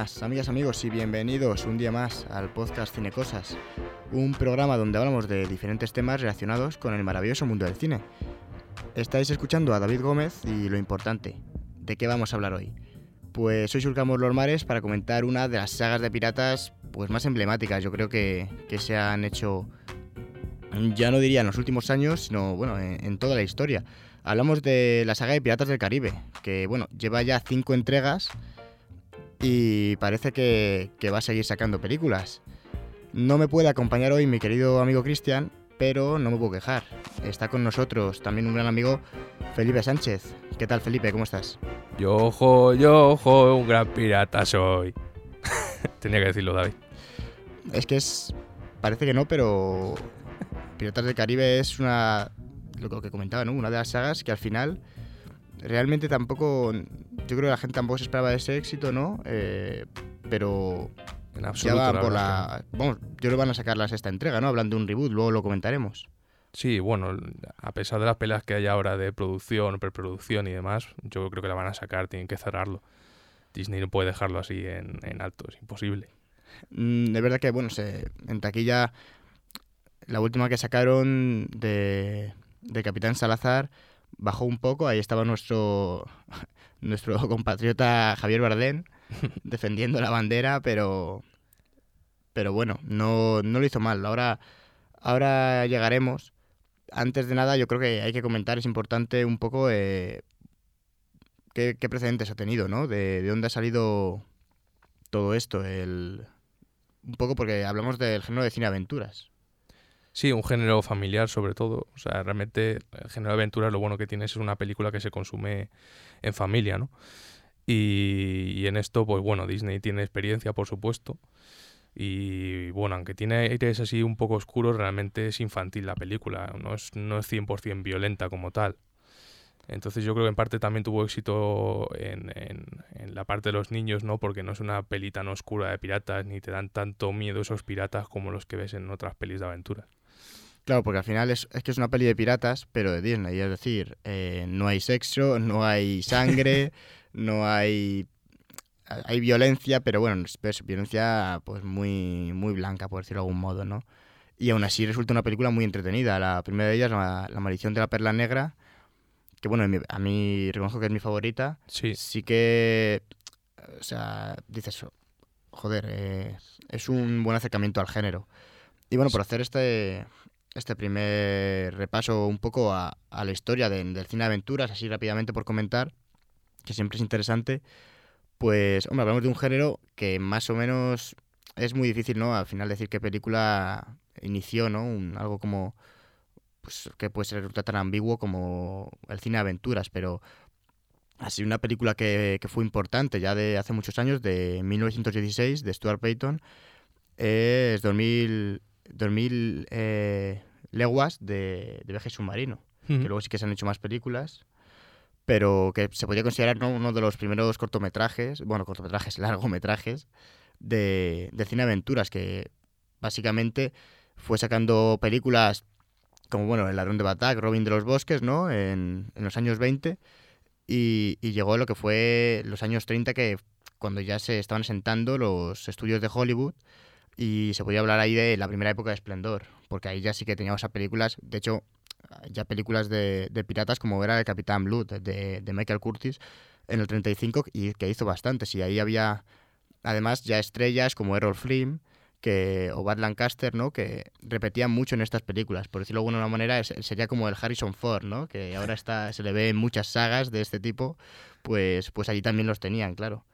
buenas, amigas, amigos, y bienvenidos un día más al podcast Cinecosas, un programa donde hablamos de diferentes temas relacionados con el maravilloso mundo del cine. Estáis escuchando a David Gómez y lo importante, ¿de qué vamos a hablar hoy? Pues hoy surcamos los mares para comentar una de las sagas de piratas pues más emblemáticas, yo creo que se han hecho, ya no diría en los últimos años, sino bueno, en toda la historia. Hablamos de la saga de Piratas del Caribe, que bueno, lleva ya 5 entregas y parece que va a seguir sacando películas. No me puede acompañar hoy mi querido amigo Cristian, pero no me puedo quejar. Está con nosotros también un gran amigo, Felipe Sánchez. ¿Qué tal, Felipe? ¿Cómo estás? Yo, un gran pirata soy. Tenía que decirlo, David. Es que parece que no, pero Piratas del Caribe es lo que comentaba, ¿no? Una de las sagas que al final realmente tampoco, yo creo que la gente tampoco se esperaba ese éxito, ¿no? Pero en absoluto, ya van vamos, yo creo que van a sacar la sexta entrega, ¿no? Hablando de un reboot, luego lo comentaremos. Sí, bueno, a pesar de las peleas que hay ahora de producción, preproducción y demás, yo creo que la van a sacar, tienen que cerrarlo. Disney no puede dejarlo así en alto, es imposible. De verdad que, bueno, en taquilla, la última que sacaron de Capitán Salazar bajó un poco, ahí estaba nuestro compatriota Javier Bardem defendiendo la bandera, pero bueno, no lo hizo mal. Ahora llegaremos. Antes de nada, yo creo que hay que comentar, es importante un poco qué precedentes ha tenido, ¿no? De dónde ha salido todo esto, un poco porque hablamos del género de cine aventuras. Sí, un género familiar sobre todo. O sea, realmente el género de aventuras lo bueno que tiene es una película que se consume en familia, ¿no? Y en esto, pues bueno, Disney tiene experiencia, por supuesto. Y bueno, aunque tiene aires así un poco oscuros, realmente es infantil la película. No es 100% violenta como tal. Entonces yo creo que en parte también tuvo éxito en la parte de los niños, ¿no? Porque no es una peli tan oscura de piratas, ni te dan tanto miedo esos piratas como los que ves en otras pelis de aventuras. Claro, porque al final es que es una peli de piratas, pero de Disney. Es decir, no hay sexo, no hay sangre, no hay... Hay violencia, pero bueno, es violencia pues muy, muy blanca, por decirlo de algún modo, ¿no? Y aún así resulta una película muy entretenida. La primera de ellas, La maldición de la perla negra, que bueno, a mí reconozco que es mi favorita. Sí que, o sea, dices, joder, es un buen acercamiento al género. Y bueno, por hacer este primer repaso un poco a la historia del cine de aventuras, así rápidamente por comentar, que siempre es interesante, pues, hombre, hablamos de un género que más o menos es muy difícil, ¿no? Al final decir qué película inició, ¿no? Algo como, pues, que puede ser tan ambiguo como el cine de aventuras, pero así una película que fue importante ya de hace muchos años, de 1916, de Stuart Payton, es 2000 leguas de viaje submarino, que luego sí que se han hecho más películas, pero que se podría considerar, ¿no?, uno de los primeros largometrajes de cine aventuras, que básicamente fue sacando películas como, bueno, El ladrón de Bagdad, Robin de los bosques, ¿no?, en los años 20, y llegó lo que fue los años 30, que cuando ya se estaban sentando los estudios de Hollywood, y se podía hablar ahí de la primera época de esplendor, porque ahí ya sí que teníamos a películas, de hecho, ya películas de piratas como era el Capitán Blood de Michael Curtis en el 35, y que hizo bastantes, y ahí había además ya estrellas como Errol Flynn o Bud Lancaster, ¿no?, que repetían mucho en estas películas. Por decirlo de alguna manera, sería como el Harrison Ford, ¿no?, que ahora se le ve en muchas sagas de este tipo, pues allí también los tenían, claro.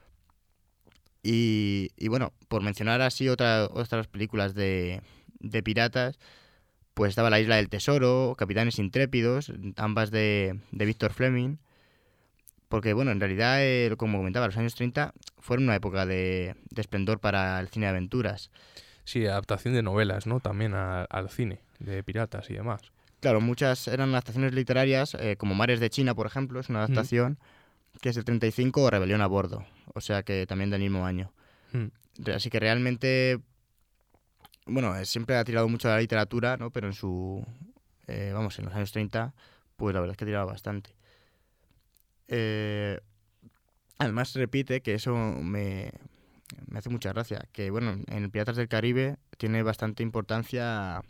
Y bueno, por mencionar así otras películas de piratas, pues estaba La isla del tesoro, Capitanes intrépidos, ambas de Victor Fleming, porque bueno, en realidad, como comentaba, los años 30 fueron una época de esplendor para el cine de aventuras. Sí, adaptación de novelas, ¿no? También al cine, de piratas y demás. Claro, muchas eran adaptaciones literarias, como Mares de China, por ejemplo, es una adaptación que es del 35, o Rebelión a bordo, o sea que también del mismo año. Así que realmente, bueno, siempre ha tirado mucho de la literatura, ¿no? Pero en los años 30, pues la verdad es que ha tirado bastante. Además repite, que eso me me hace mucha gracia. Que bueno, en Piratas del Caribe tiene bastante importancia.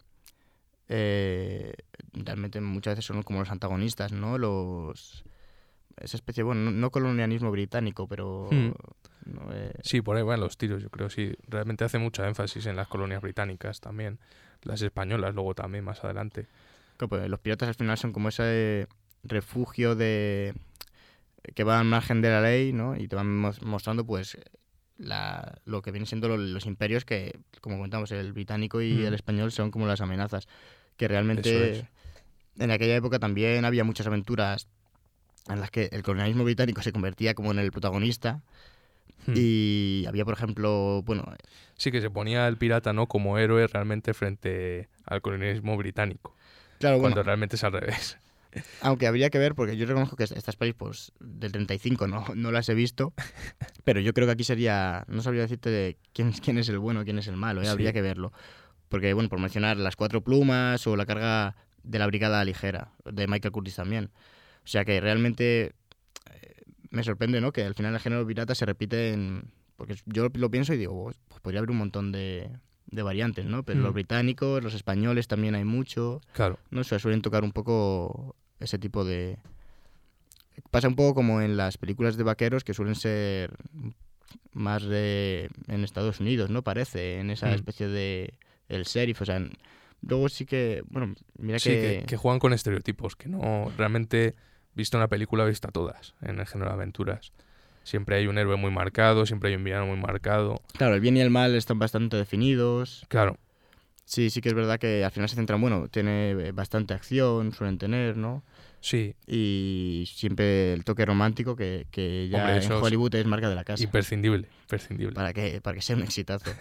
Realmente muchas veces son como los antagonistas, ¿no? Esa especie, bueno, no colonialismo británico, pero... Mm. No, Sí, por ahí van los tiros, yo creo, sí. Realmente hace mucha énfasis en las colonias británicas también. Las españolas luego también más adelante. claro, pues, los piratas al final son como ese refugio que va al margen de la ley, ¿no? Y te van mostrando, pues, lo que vienen siendo los imperios que, como comentamos, el británico y el español son como las amenazas. Que Eso realmente es. en aquella época también había muchas aventuras en las que el colonialismo británico se convertía como en el protagonista. Mm. Y había, por ejemplo, bueno, Sí, que se ponía el pirata, ¿no? Como héroe realmente frente al colonialismo británico. claro, bueno, Cuando realmente es al revés. aunque habría que ver, porque yo reconozco que estas pelis, pues, del 35 no las he visto, pero yo creo que aquí sería, no sabría decirte de quién es el bueno, quién es el malo, habría Sí. que verlo. Porque, bueno, por mencionar Las Cuatro Plumas o La Carga de la Brigada Ligera, de Michael Curtis también. O sea que realmente me sorprende, ¿no? Que al final el género pirata se repite porque yo lo pienso y digo, pues podría haber un montón de variantes, ¿no? Pero los Mm. británicos, los españoles también hay mucho, Claro. ¿no? Suelen tocar un poco ese tipo de... Pasa un poco como en las películas de vaqueros que suelen ser más en Estados Unidos, ¿no? Parece, en esa Mm. especie de... El sheriff, o sea... Luego sí que, bueno, mira Sí, que... que juegan con estereotipos, que no realmente, visto una película, visto a todas en el género de aventuras. Siempre hay un héroe muy marcado, siempre hay un villano muy marcado. Claro, el bien y el mal están bastante definidos. Claro, Sí, sí que es verdad que al final se centran, bueno, tiene bastante acción, suelen tener, ¿no? sí, Y siempre el toque romántico que ya hombre, en eso es Hollywood es marca de la casa, imprescindible, imprescindible. para que sea un exitazo.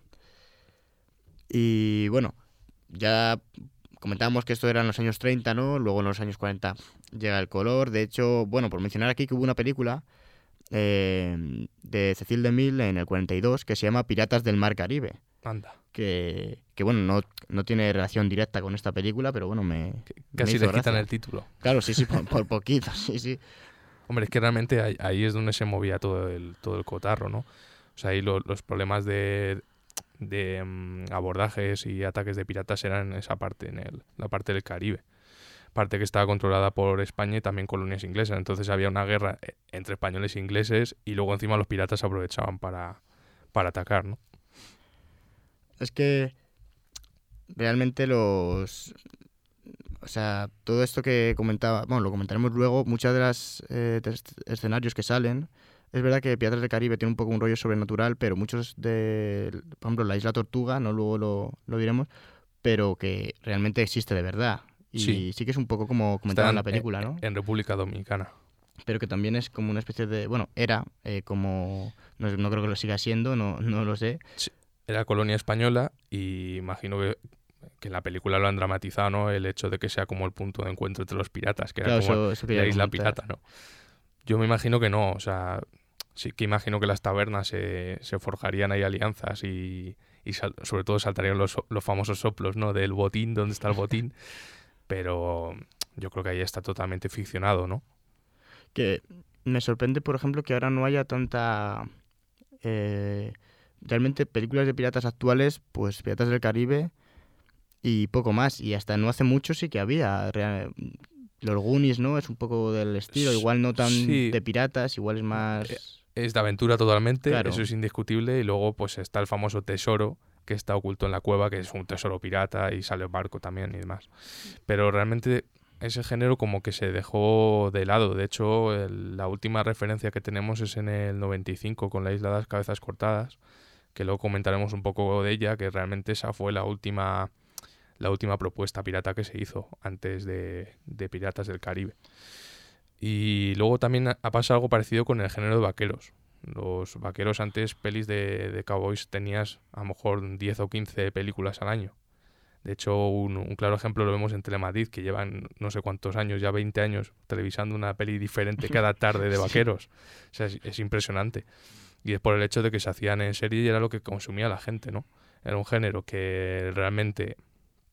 Y bueno, ya comentábamos que esto era en los años 30, ¿no? Luego en los años 40 llega el color. De hecho, bueno, por mencionar aquí que hubo una película de Cecil DeMille en el 42 que se llama Piratas del Mar Caribe. Anda, Que bueno, no tiene relación directa con esta película, pero bueno, me casi hizo le quitan gracia. el título. Claro, sí, por poquito, sí, sí. Hombre, es que realmente ahí es donde se movía todo el cotarro, ¿no? O sea, ahí los problemas de abordajes y ataques de piratas eran en esa parte, la parte del Caribe. Parte que estaba controlada por España y también colonias inglesas. Entonces había una guerra entre españoles e ingleses y luego encima los piratas aprovechaban para atacar, ¿no? Es que realmente o sea, todo esto que comentaba, bueno, lo comentaremos luego, muchas de las escenarios que salen, es verdad que Piratas del Caribe tiene un poco un rollo sobrenatural, pero muchos por ejemplo, la Isla Tortuga, no luego lo diremos, pero que realmente existe de verdad. Sí, Y sí que es un poco como comentaba en están la película, ¿no? en República Dominicana. Pero que también es como una especie de, bueno, era como, no creo que lo siga siendo, no lo sé. Sí, era colonia española y imagino que en la película lo han dramatizado, ¿no? El hecho de que sea como el punto de encuentro entre los piratas, que era Claro, como eso la quería isla comentar. pirata, ¿no? Yo me imagino que no, o sea, sí que imagino que las tabernas se forjarían ahí alianzas y sobre todo saltarían los famosos soplos, ¿no? Del botín, ¿dónde está el botín? Pero yo creo que ahí está totalmente ficcionado, ¿no? Que me sorprende, por ejemplo, que ahora no haya tanta... realmente películas de piratas actuales, pues Piratas del Caribe y poco más. Y hasta no hace mucho sí que había. Los Goonies, ¿no? Es un poco del estilo. Igual no tan Sí, de piratas, igual es más... es de aventura totalmente, Claro. eso es indiscutible. Y luego pues está el famoso tesoro que está oculto en la cueva, que es un tesoro pirata y sale el barco también y demás. Pero realmente ese género como que se dejó de lado. De hecho, la última referencia que tenemos es en el 95 con la Isla de las Cabezas Cortadas, que luego comentaremos un poco de ella, que realmente esa fue la última propuesta pirata que se hizo antes de Piratas del Caribe. Y luego también ha pasado algo parecido con el género de vaqueros. Los vaqueros antes, pelis de cowboys, tenías a lo mejor 10 o 15 películas al año. De hecho, un claro ejemplo lo vemos en Telemadrid, que llevan no sé cuántos años, ya 20 años, televisando una peli diferente cada tarde de Sí. vaqueros. O sea, es impresionante. Y es por el hecho de que se hacían en serie y era lo que consumía la gente, ¿no? Era un género que realmente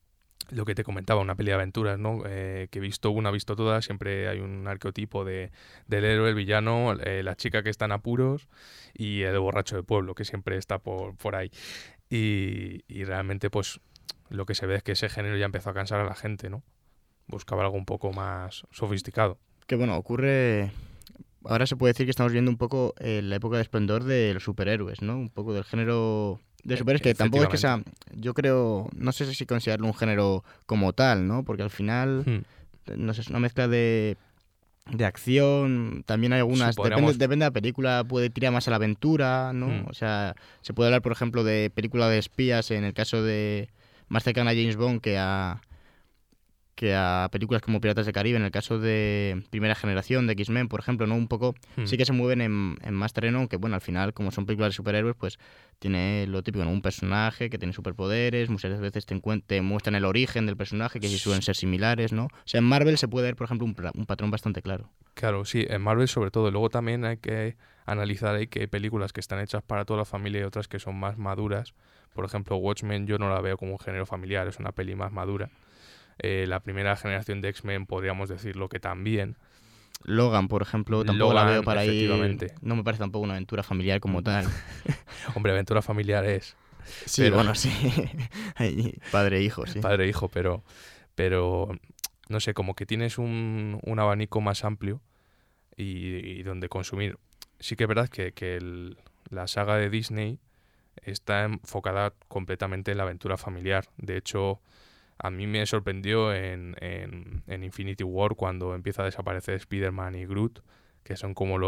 lo que te comentaba, una peli de aventuras, ¿no? Que he visto una, he visto todas, siempre hay un arqueotipo del héroe, el villano, la chica que está en apuros y el borracho de pueblo, que siempre está por ahí. Y realmente, pues, lo que se ve es que ese género ya empezó a cansar a la gente, ¿no? Buscaba algo un poco más sofisticado. Que bueno, ocurre... Ahora se puede decir que estamos viendo un poco la época de esplendor de los superhéroes, ¿no? Un poco del género de superhéroes, que tampoco es que sea... Yo creo... No sé si considerarlo un género como tal, ¿no? Porque al final... No sé, es una mezcla de acción, también hay algunas... Sí, podríamos... depende de la película, puede tirar más a la aventura, ¿no? O sea, se puede hablar, por ejemplo, de película de espías en el caso de... Más cercana a James Bond que a películas como Piratas del Caribe, en el caso de Primera Generación, de X-Men, por ejemplo, ¿no? Un poco sí que se mueven en más terreno, aunque bueno, al final, como son películas de superhéroes, pues tiene lo típico, ¿no? Un personaje que tiene superpoderes, muchas veces te muestran el origen del personaje, que sí suelen ser similares, ¿no? O sea, en Marvel se puede ver, por ejemplo, un patrón bastante claro. Claro, sí, en Marvel sobre todo. Luego también hay que analizar ahí que hay películas que están hechas para toda la familia y otras que son más maduras. Por ejemplo, Watchmen yo no la veo como un género familiar, es una peli más madura. La primera generación de X-Men podríamos decirlo que también. Logan, por ejemplo, tampoco la veo para ir... No me parece tampoco una aventura familiar como tal. Hombre, aventura familiar es. Sí, pero... bueno, sí. Padre e hijo, sí. Padre e hijo, pero no sé, como que tienes un abanico más amplio y donde consumir. Sí que es verdad que la saga de Disney está enfocada completamente en la aventura familiar. De hecho... A mí me sorprendió en Infinity War cuando empieza a desaparecer Spider-Man y Groot, que son como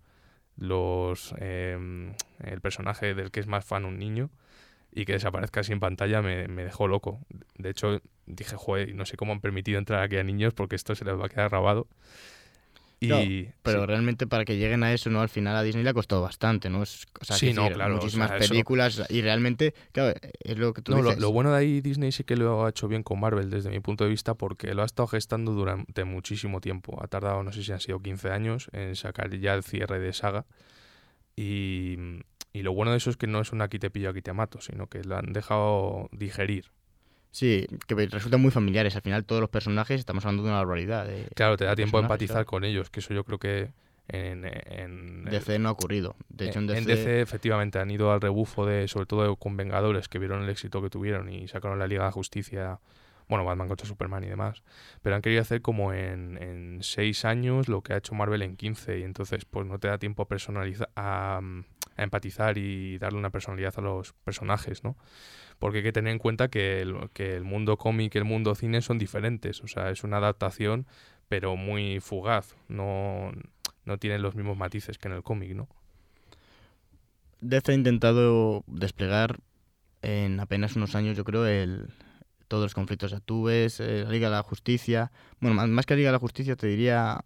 el personaje del que es más fan un niño, y que desaparezca así en pantalla me dejó loco. De hecho, dije, joder, no sé cómo han permitido entrar aquí a niños porque esto se les va a quedar grabado. Claro, pero sí, realmente para que lleguen a eso, ¿no? Al final a Disney le ha costado bastante, ¿no? O sea, sí, no, decir, claro. Muchísimas o sea, películas eso... y realmente, claro, es lo que tú dices. Lo bueno de ahí Disney sí que lo ha hecho bien con Marvel desde mi punto de vista porque lo ha estado gestando durante muchísimo tiempo. Ha tardado, no sé si han sido 15 años en sacar ya el cierre de saga y lo bueno de eso es que no es un aquí te pillo, aquí te mato, sino que lo han dejado digerir. Sí, que resultan muy familiares. Al final todos los personajes, estamos hablando de una barbaridad. Claro, te da tiempo a empatizar con ellos, que eso yo creo que en DC no ha ocurrido. De hecho, en DC efectivamente han ido al rebufo sobre todo con Vengadores, que vieron el éxito que tuvieron y sacaron la Liga de la Justicia, bueno, Batman contra Superman y demás, pero han querido hacer como en 6 años lo que ha hecho Marvel en 15 y entonces pues no te da tiempo a personalizar, a empatizar y darle una personalidad a los personajes, ¿no? Porque hay que tener en cuenta que el mundo cómic y el mundo cine son diferentes. O sea, es una adaptación, pero muy fugaz. No tienen los mismos matices que en el cómic, ¿no? DC ha intentado desplegar en apenas unos años, yo creo, todos los conflictos actuales, la Liga de la Justicia. Bueno, más que la Liga de la Justicia, te diría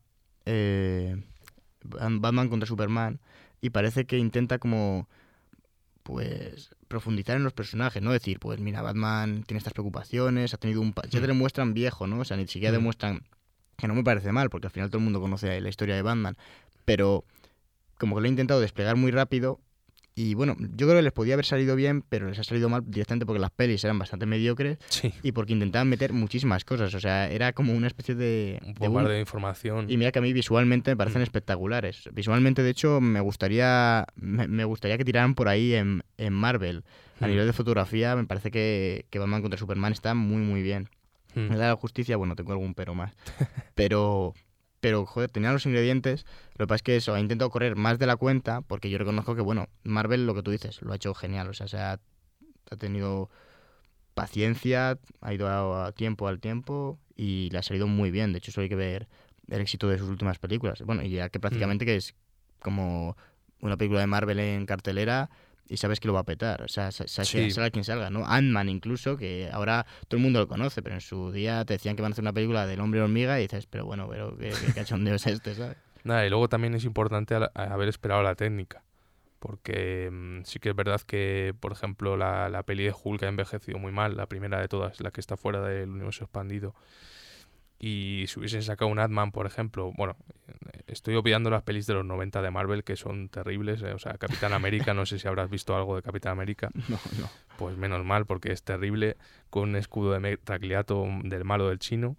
Batman contra Superman. Y parece que intenta como... pues profundizar en los personajes, ¿no? Decir, pues mira, Batman tiene estas preocupaciones, ha tenido ya te lo muestran viejo, ¿no? O sea, ni siquiera demuestran, que no me parece mal, porque al final todo el mundo conoce la historia de Batman, pero como que lo he intentado desplegar muy rápido y bueno, yo creo que les podía haber salido bien, pero les ha salido mal directamente porque las pelis eran bastante mediocres y porque intentaban meter muchísimas cosas, o sea, era como una especie de... Un bombardeo de información. Y mira que a mí visualmente me parecen espectaculares. Visualmente, de hecho, me gustaría que tiraran por ahí en Marvel. A nivel de fotografía, me parece que Batman contra Superman está muy, muy bien. En la Justicia, bueno, tengo algún pero más. Pero, joder, tenía los ingredientes. Lo que pasa es que eso, ha intentado correr más de la cuenta, porque yo reconozco que, bueno, Marvel, lo que tú dices, lo ha hecho genial. O sea, ha tenido paciencia, ha ido a tiempo al tiempo y le ha salido muy bien. De hecho, solo hay que ver el éxito de sus últimas películas. Bueno, y ya que prácticamente que es como una película de Marvel en cartelera y sabes que lo va a petar. O sea, salga quien salga, ¿no? Ant-Man incluso, que ahora todo el mundo lo conoce, pero en su día te decían que van a hacer una película del hombre hormiga y dices, pero bueno, ¿qué cachondeo es este, ¿sabes? Nada, y luego también es importante haber esperado la técnica. Porque sí que es verdad que, por ejemplo, la peli de Hulk ha envejecido muy mal, la primera de todas, la que está fuera del universo expandido. Y si hubiesen sacado un Ant-Man, por ejemplo, bueno, estoy obviando las pelis de los 90 de Marvel que son terribles, o sea, Capitán América, no sé si habrás visto algo de Capitán América. No. pues menos mal, porque es terrible, con un escudo de Metacliato del malo del chino.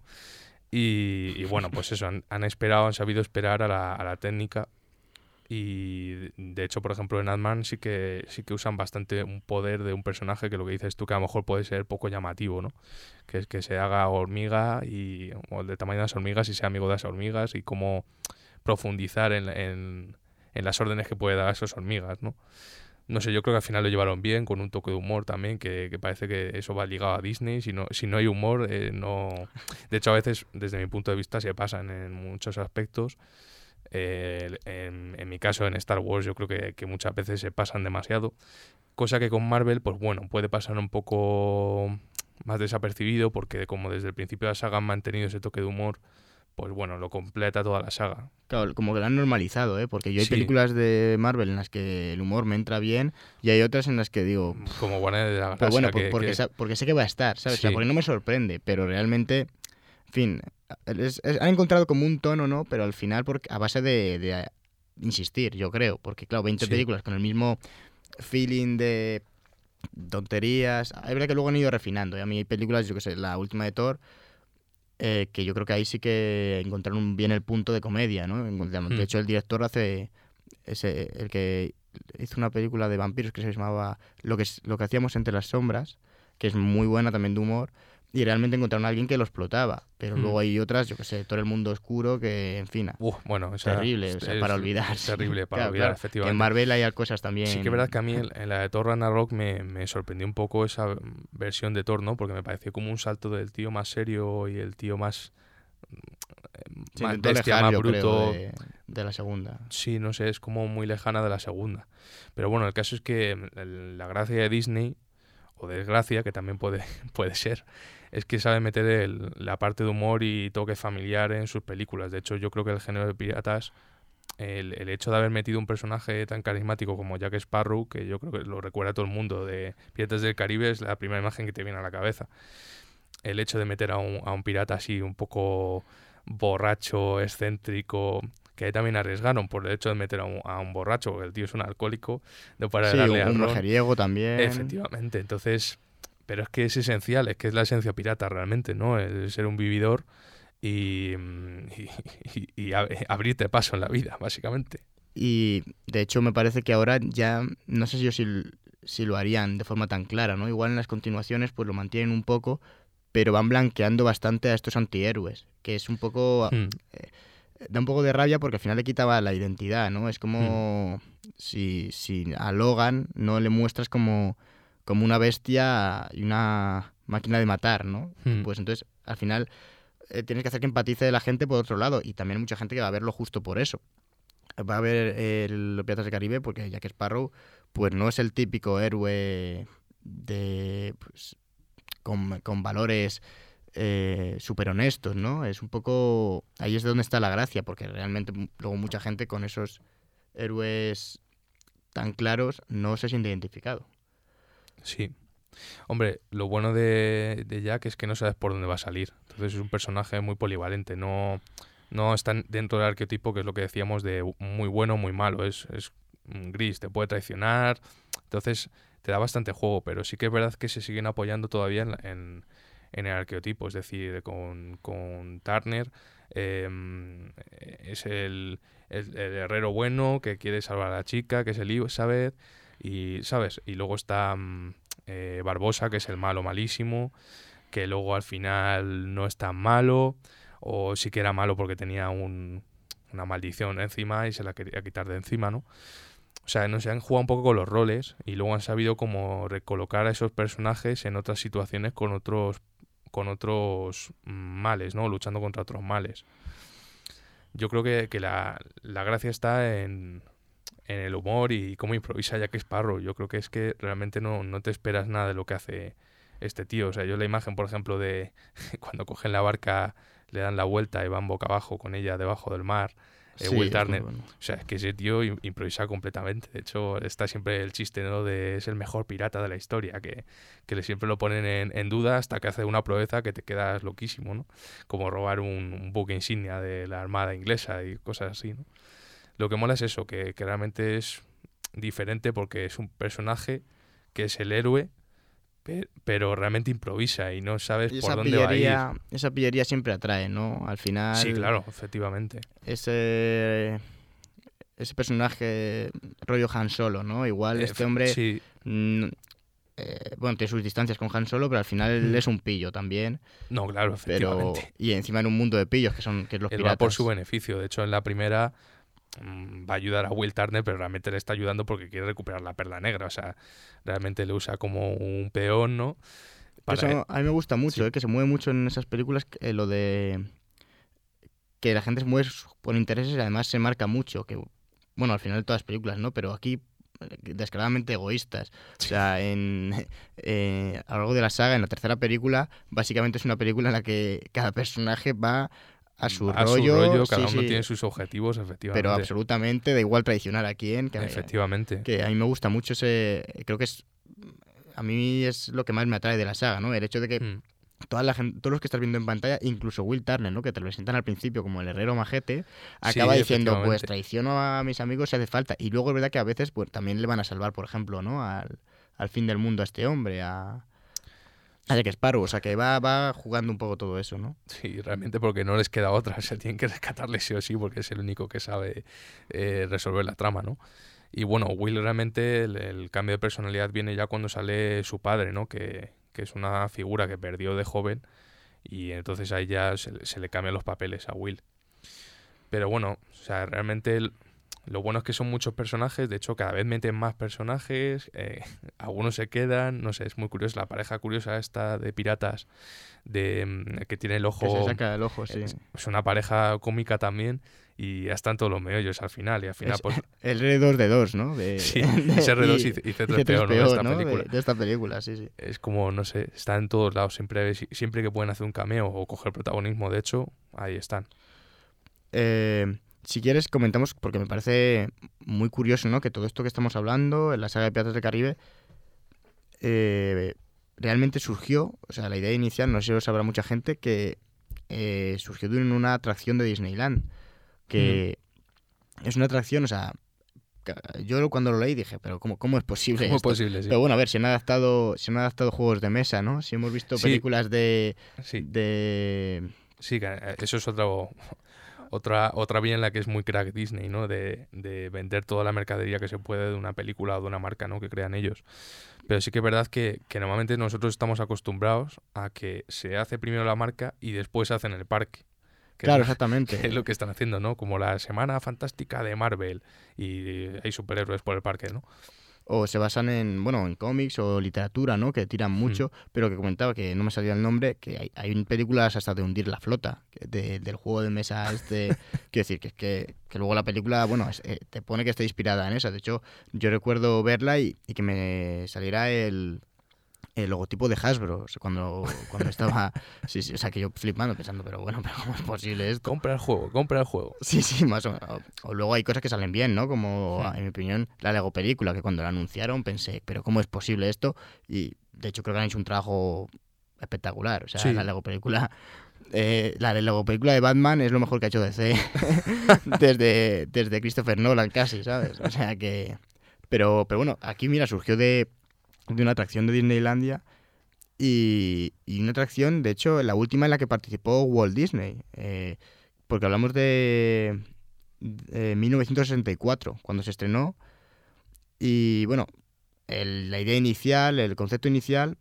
Y bueno, pues eso, han sabido esperar a la técnica. Y de hecho, por ejemplo, en Ant-Man sí que usan bastante un poder de un personaje que lo que dices tú, que a lo mejor puede ser poco llamativo, ¿no? Que es que se haga hormiga o de tamaño de las hormigas y sea amigo de las hormigas, y cómo profundizar en las órdenes que puede dar a esas hormigas, ¿no? No sé, yo creo que al final lo llevaron bien, con un toque de humor también, que parece que eso va ligado a Disney. Si no hay humor, no... De hecho, a veces, desde mi punto de vista, se pasan en muchos aspectos. En mi caso, en Star Wars, yo creo que muchas veces se pasan demasiado. Cosa que con Marvel, pues bueno, puede pasar un poco más desapercibido, porque como desde el principio de la saga han mantenido ese toque de humor, pues bueno, lo completa toda la saga. Claro, como que lo han normalizado, ¿eh? Porque yo hay Sí, películas de Marvel en las que el humor me entra bien y hay otras en las que digo, como Guardianes de la pues bueno, Galaxia, porque sé que va a estar, ¿sabes? O sea, sí, porque no me sorprende, pero realmente, en fin, han encontrado como un tono, ¿no? Pero al final a base de insistir, yo creo, porque claro, 20 sí. películas con el mismo feeling de tonterías, es verdad que luego han ido refinando, ¿eh? A mí hay películas, yo que sé, la última de Thor, que yo creo que ahí sí que encontraron bien el punto de comedia, ¿no? De Mm. hecho, el director el que hizo una película de vampiros que se llamaba lo que hacíamos entre las sombras, que es muy buena también de humor, y realmente encontraron a alguien que lo explotaba. Pero Mm. luego hay otras, yo que sé, todo el mundo oscuro, que, en fin, Bueno, esa terrible, o sea, para olvidar. es Sí. terrible para Claro, olvidar, claro, que en efectivamente. Marvel hay cosas Sí que es verdad también. que a mí en la de Thor Ragnarok me sorprendió un poco esa versión de Thor, ¿no? Porque me pareció como un salto del tío más serio y el tío Se más intentó bestia, alejar, más yo creo, bruto. de la segunda. Sí, no sé, es como muy lejana de la segunda. Pero bueno, el caso es que la gracia de Disney, o desgracia, que también puede, puede ser, es que sabe meter la parte de humor y toque familiar en sus películas. De hecho, yo creo que el género de piratas, el hecho de haber metido un personaje tan carismático como Jack Sparrow, que yo creo que lo recuerda todo el mundo de Piratas del Caribe, es la primera imagen que te viene a la cabeza. El hecho de meter a un pirata así un poco borracho, excéntrico, que ahí también arriesgaron por el hecho de meter a un borracho, porque el tío es un alcohólico, no para de Sí, darle al un ron. mujeriego también. Efectivamente, entonces, pero es que es esencial, es que es la esencia pirata realmente, ¿no? El ser un vividor y abrirte paso en la vida, básicamente. Y de hecho me parece que ahora ya, no sé yo si lo harían de forma tan clara, ¿no? Igual en las continuaciones pues lo mantienen un poco, pero van blanqueando bastante a estos antihéroes, que es un poco... Hmm, da un poco de rabia porque al final le quitaba la identidad, ¿no? Es hmm, como si a Logan no le muestras como una bestia y una máquina de matar, ¿no? hmm. Pues entonces al final tienes que hacer que empatice la gente por otro lado y también hay mucha gente que va a verlo justo por eso. Va a ver los Piratas del Caribe porque Jack Sparrow pues no es el típico héroe de pues, con valores súper honestos, ¿no? Es un poco... Ahí es donde está la gracia, porque realmente luego mucha gente con esos héroes tan claros no se siente identificado. Sí. Hombre, lo bueno de Jack es que no sabes por dónde va a salir. Entonces es un personaje muy polivalente. No está dentro del arquetipo, que es lo que decíamos, de muy bueno o muy malo. Es un gris, te puede traicionar. Entonces te da bastante juego, pero sí que es verdad que se siguen apoyando todavía en el arquetipo. Es decir, con Turner es el herrero bueno que quiere salvar a la chica, que es Elizabeth. Y, ¿sabes? Y luego está Barbosa, que es el malo malísimo, que luego al final no es tan malo, o sí que era malo porque tenía una maldición encima y se la quería quitar de encima, ¿no? O sea, no se han jugado un poco con los roles y luego han sabido como recolocar a esos personajes en otras situaciones con otros males, ¿no? Luchando contra otros males. Yo creo que la gracia está en el humor y cómo improvisa Jack Sparrow. Yo creo que es que realmente no te esperas nada de lo que hace este tío. O sea, yo la imagen, por ejemplo, de cuando cogen la barca, le dan la vuelta y van boca abajo con ella debajo del mar, Sí, Will es muy Turner. bueno. O sea, es que ese tío improvisa completamente. De hecho, está siempre el chiste, ¿no? De es el mejor pirata de la historia, que siempre lo ponen en duda hasta que hace una proeza que te quedas loquísimo, ¿no? Como robar un buque insignia de la Armada inglesa y cosas así, ¿no? Lo que mola es eso, que realmente es diferente porque es un personaje que es el héroe, pero realmente improvisa y no sabes Y por dónde va a ir. esa pillería siempre atrae, ¿no? Al final... Sí, claro, efectivamente. Ese personaje rollo Han Solo, ¿no? Igual este hombre... Sí. Bueno, tiene sus distancias con Han Solo, pero al final él es un pillo también. No, claro, efectivamente. Y encima en un mundo de pillos, que es los él piratas. va por su beneficio. De hecho, en la primera va a ayudar a Will Turner, pero realmente le está ayudando porque quiere recuperar la perla negra. O sea, realmente le usa como un peón, ¿no? Eso a mí me gusta mucho, sí. que se mueve mucho en esas películas lo de que la gente se mueve por intereses y además se marca mucho, que bueno, al final de todas las películas, ¿no? Pero aquí descaradamente egoístas. O sea, a lo largo de la saga, en la tercera película, básicamente es una película en la que cada personaje va a su rollo, cada uno tiene sus objetivos, efectivamente. Pero absolutamente da igual traicionar a quién. Efectivamente. Que a mí me gusta mucho creo que a mí es lo que más me atrae de la saga, ¿no? El hecho de que toda la gente, todos los que estás viendo en pantalla, incluso Will Turner, ¿no? Que te lo presentan al principio como el herrero majete, acaba diciendo, pues traiciono a mis amigos si hace falta. Y luego es verdad que a veces pues también le van a salvar, por ejemplo, ¿no? Al fin del mundo a este hombre, a Jack Sparrow. O sea, que va jugando un poco todo eso, ¿no? Sí, realmente porque no les queda otra. O sea, tienen que rescatarle sí o sí porque es el único que sabe resolver la trama, ¿no? Y bueno, Will realmente el cambio de personalidad viene ya cuando sale su padre, ¿no? Que es una figura que perdió de joven y entonces ahí ya se le cambian los papeles a Will. Pero bueno, o sea, realmente lo bueno es que son muchos personajes, de hecho cada vez meten más personajes, algunos se quedan, no sé, es muy curioso, la pareja curiosa esta de piratas que tiene el ojo... Que se saca el ojo, sí. Es una pareja cómica también y ya están todos los meollos al final. Y al final, pues... El R2D2, ¿no? Sí, es R2 y C3PO, ¿no? De esta película. De esta película, sí, sí. Es como, no sé, está en todos lados. Siempre que pueden hacer un cameo o coger protagonismo, de hecho, ahí están. Si quieres, comentamos, porque me parece muy curioso, ¿no? Que todo esto que estamos hablando, en la saga de Piratas del Caribe, realmente surgió, o sea, la idea inicial, no sé si lo sabrá mucha gente, que surgió de una atracción de Disneyland, que es una atracción, o sea, yo cuando lo leí dije, pero ¿cómo es posible esto? Sí. Pero bueno, a ver, se han adaptado juegos de mesa, ¿no? Si hemos visto películas Sí, que eso es otra vía en la que es muy crack Disney, ¿no? De vender toda la mercadería que se puede de una película o de una marca, ¿no? Que crean ellos. Pero sí que es verdad que normalmente nosotros estamos acostumbrados a que se hace primero la marca y después se hace en el parque. Claro, exactamente. Que es lo que están haciendo, ¿no? Como la Semana Fantástica de Marvel y hay superhéroes por el parque, ¿no? O se basan en cómics o literatura, ¿no? Que tiran mucho, pero que comentaba que no me salía el nombre, que hay películas hasta de hundir la flota del juego de mesa este. Quiero decir, que luego la película, te pone que está inspirada en esa. De hecho, yo recuerdo verla y que me saliera el logotipo de Hasbro, o sea, cuando estaba... Sí, o sea, que yo flipando, pensando, pero ¿cómo es posible esto? Compra el juego. Sí, más o menos. O luego hay cosas que salen bien, ¿no? Como, en mi opinión, la Lego película, que cuando la anunciaron pensé, pero ¿cómo es posible esto? Y, de hecho, creo que han hecho un trabajo espectacular. O sea, sí. La Lego película de Batman es lo mejor que ha hecho DC desde Christopher Nolan casi, ¿sabes? O sea que... Pero bueno, aquí, mira, surgió de una atracción de Disneylandia y una atracción, de hecho, la última en la que participó Walt Disney, porque hablamos de 1964, cuando se estrenó, y bueno, la idea inicial, el concepto inicial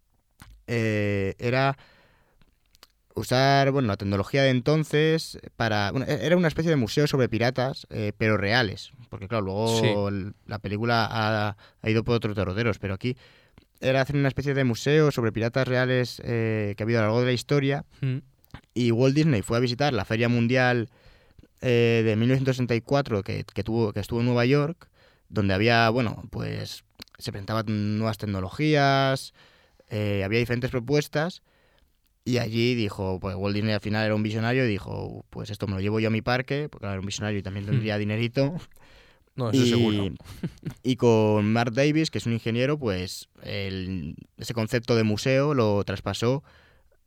era usar la tecnología de entonces para... era una especie de museo sobre piratas, pero reales. Porque claro, luego la película ha ido por otros derroteros, pero aquí era hacer una especie de museo sobre piratas reales que ha habido a lo largo de la historia. Y Walt Disney fue a visitar la Feria Mundial de 1964 que estuvo en Nueva York, donde había, pues se presentaban nuevas tecnologías, había diferentes propuestas. Y allí dijo, pues Walt Disney al final era un visionario y dijo, pues esto me lo llevo yo a mi parque, porque era un visionario y también tendría dinerito. No, eso seguro. Y con Mark Davis, que es un ingeniero, pues ese concepto de museo lo traspasó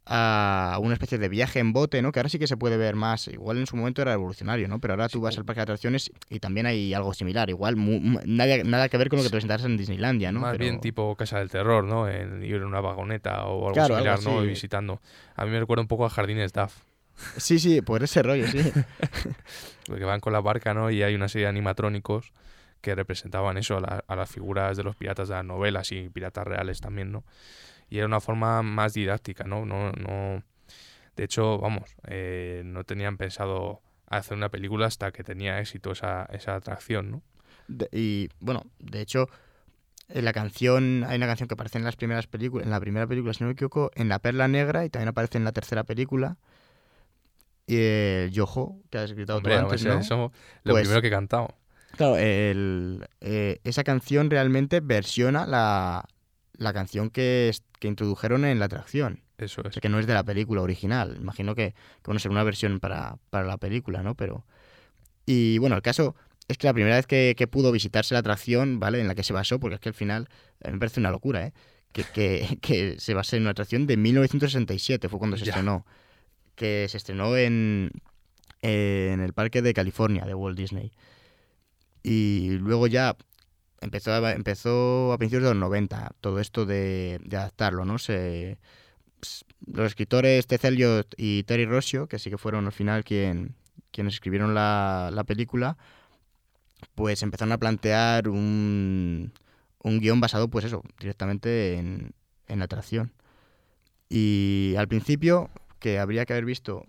a una especie de viaje en bote, ¿no? Que ahora sí que se puede ver más. Igual en su momento era revolucionario, ¿no? Pero ahora tú vas al parque de atracciones y también hay algo similar. Igual nada que ver con lo que te presentarás en Disneylandia, ¿no? Más Pero... bien tipo Casa del Terror, ¿no? En ir en una vagoneta o algo Claro, similar, algo ¿no? así. Y visitando. A mí me recuerda un poco a Jardines Duff. Sí, por ese rollo, sí. Porque van con la barca, ¿no? Y hay una serie de animatrónicos que representaban eso, a las figuras de los piratas de las novelas y piratas reales también, ¿no? Y era una forma más didáctica, ¿no? De hecho, vamos, no tenían pensado hacer una película hasta que tenía éxito esa atracción, ¿no? Y bueno, de hecho, hay una canción que aparece en las primeras películas, en la primera película, si no me equivoco, en La Perla Negra, y también aparece en la tercera película. Y el Yoho, que has gritado tú Hombre, antes, ¿no? eso lo Pues, primero que he cantado. claro, esa canción realmente versiona la canción que introdujeron en la atracción. Eso O es. sea, que no es de la película original. Imagino que bueno, será una versión para la película, ¿no? Pero... Y bueno, el caso es que la primera vez que pudo visitarse la atracción, ¿vale? En la que se basó, porque es que al final me parece una locura, ¿eh? Que se base en una atracción de 1967, fue cuando se estrenó. Que se estrenó en el parque de California, de Walt Disney. Y luego ya empezó a principios de los 90 todo esto de adaptarlo, ¿no? Los escritores Ted Elliott y Terry Rossio, que sí que fueron al final quienes escribieron la película, pues empezaron a plantear un guión basado, pues eso, directamente en la atracción. Y al principio, que habría que haber visto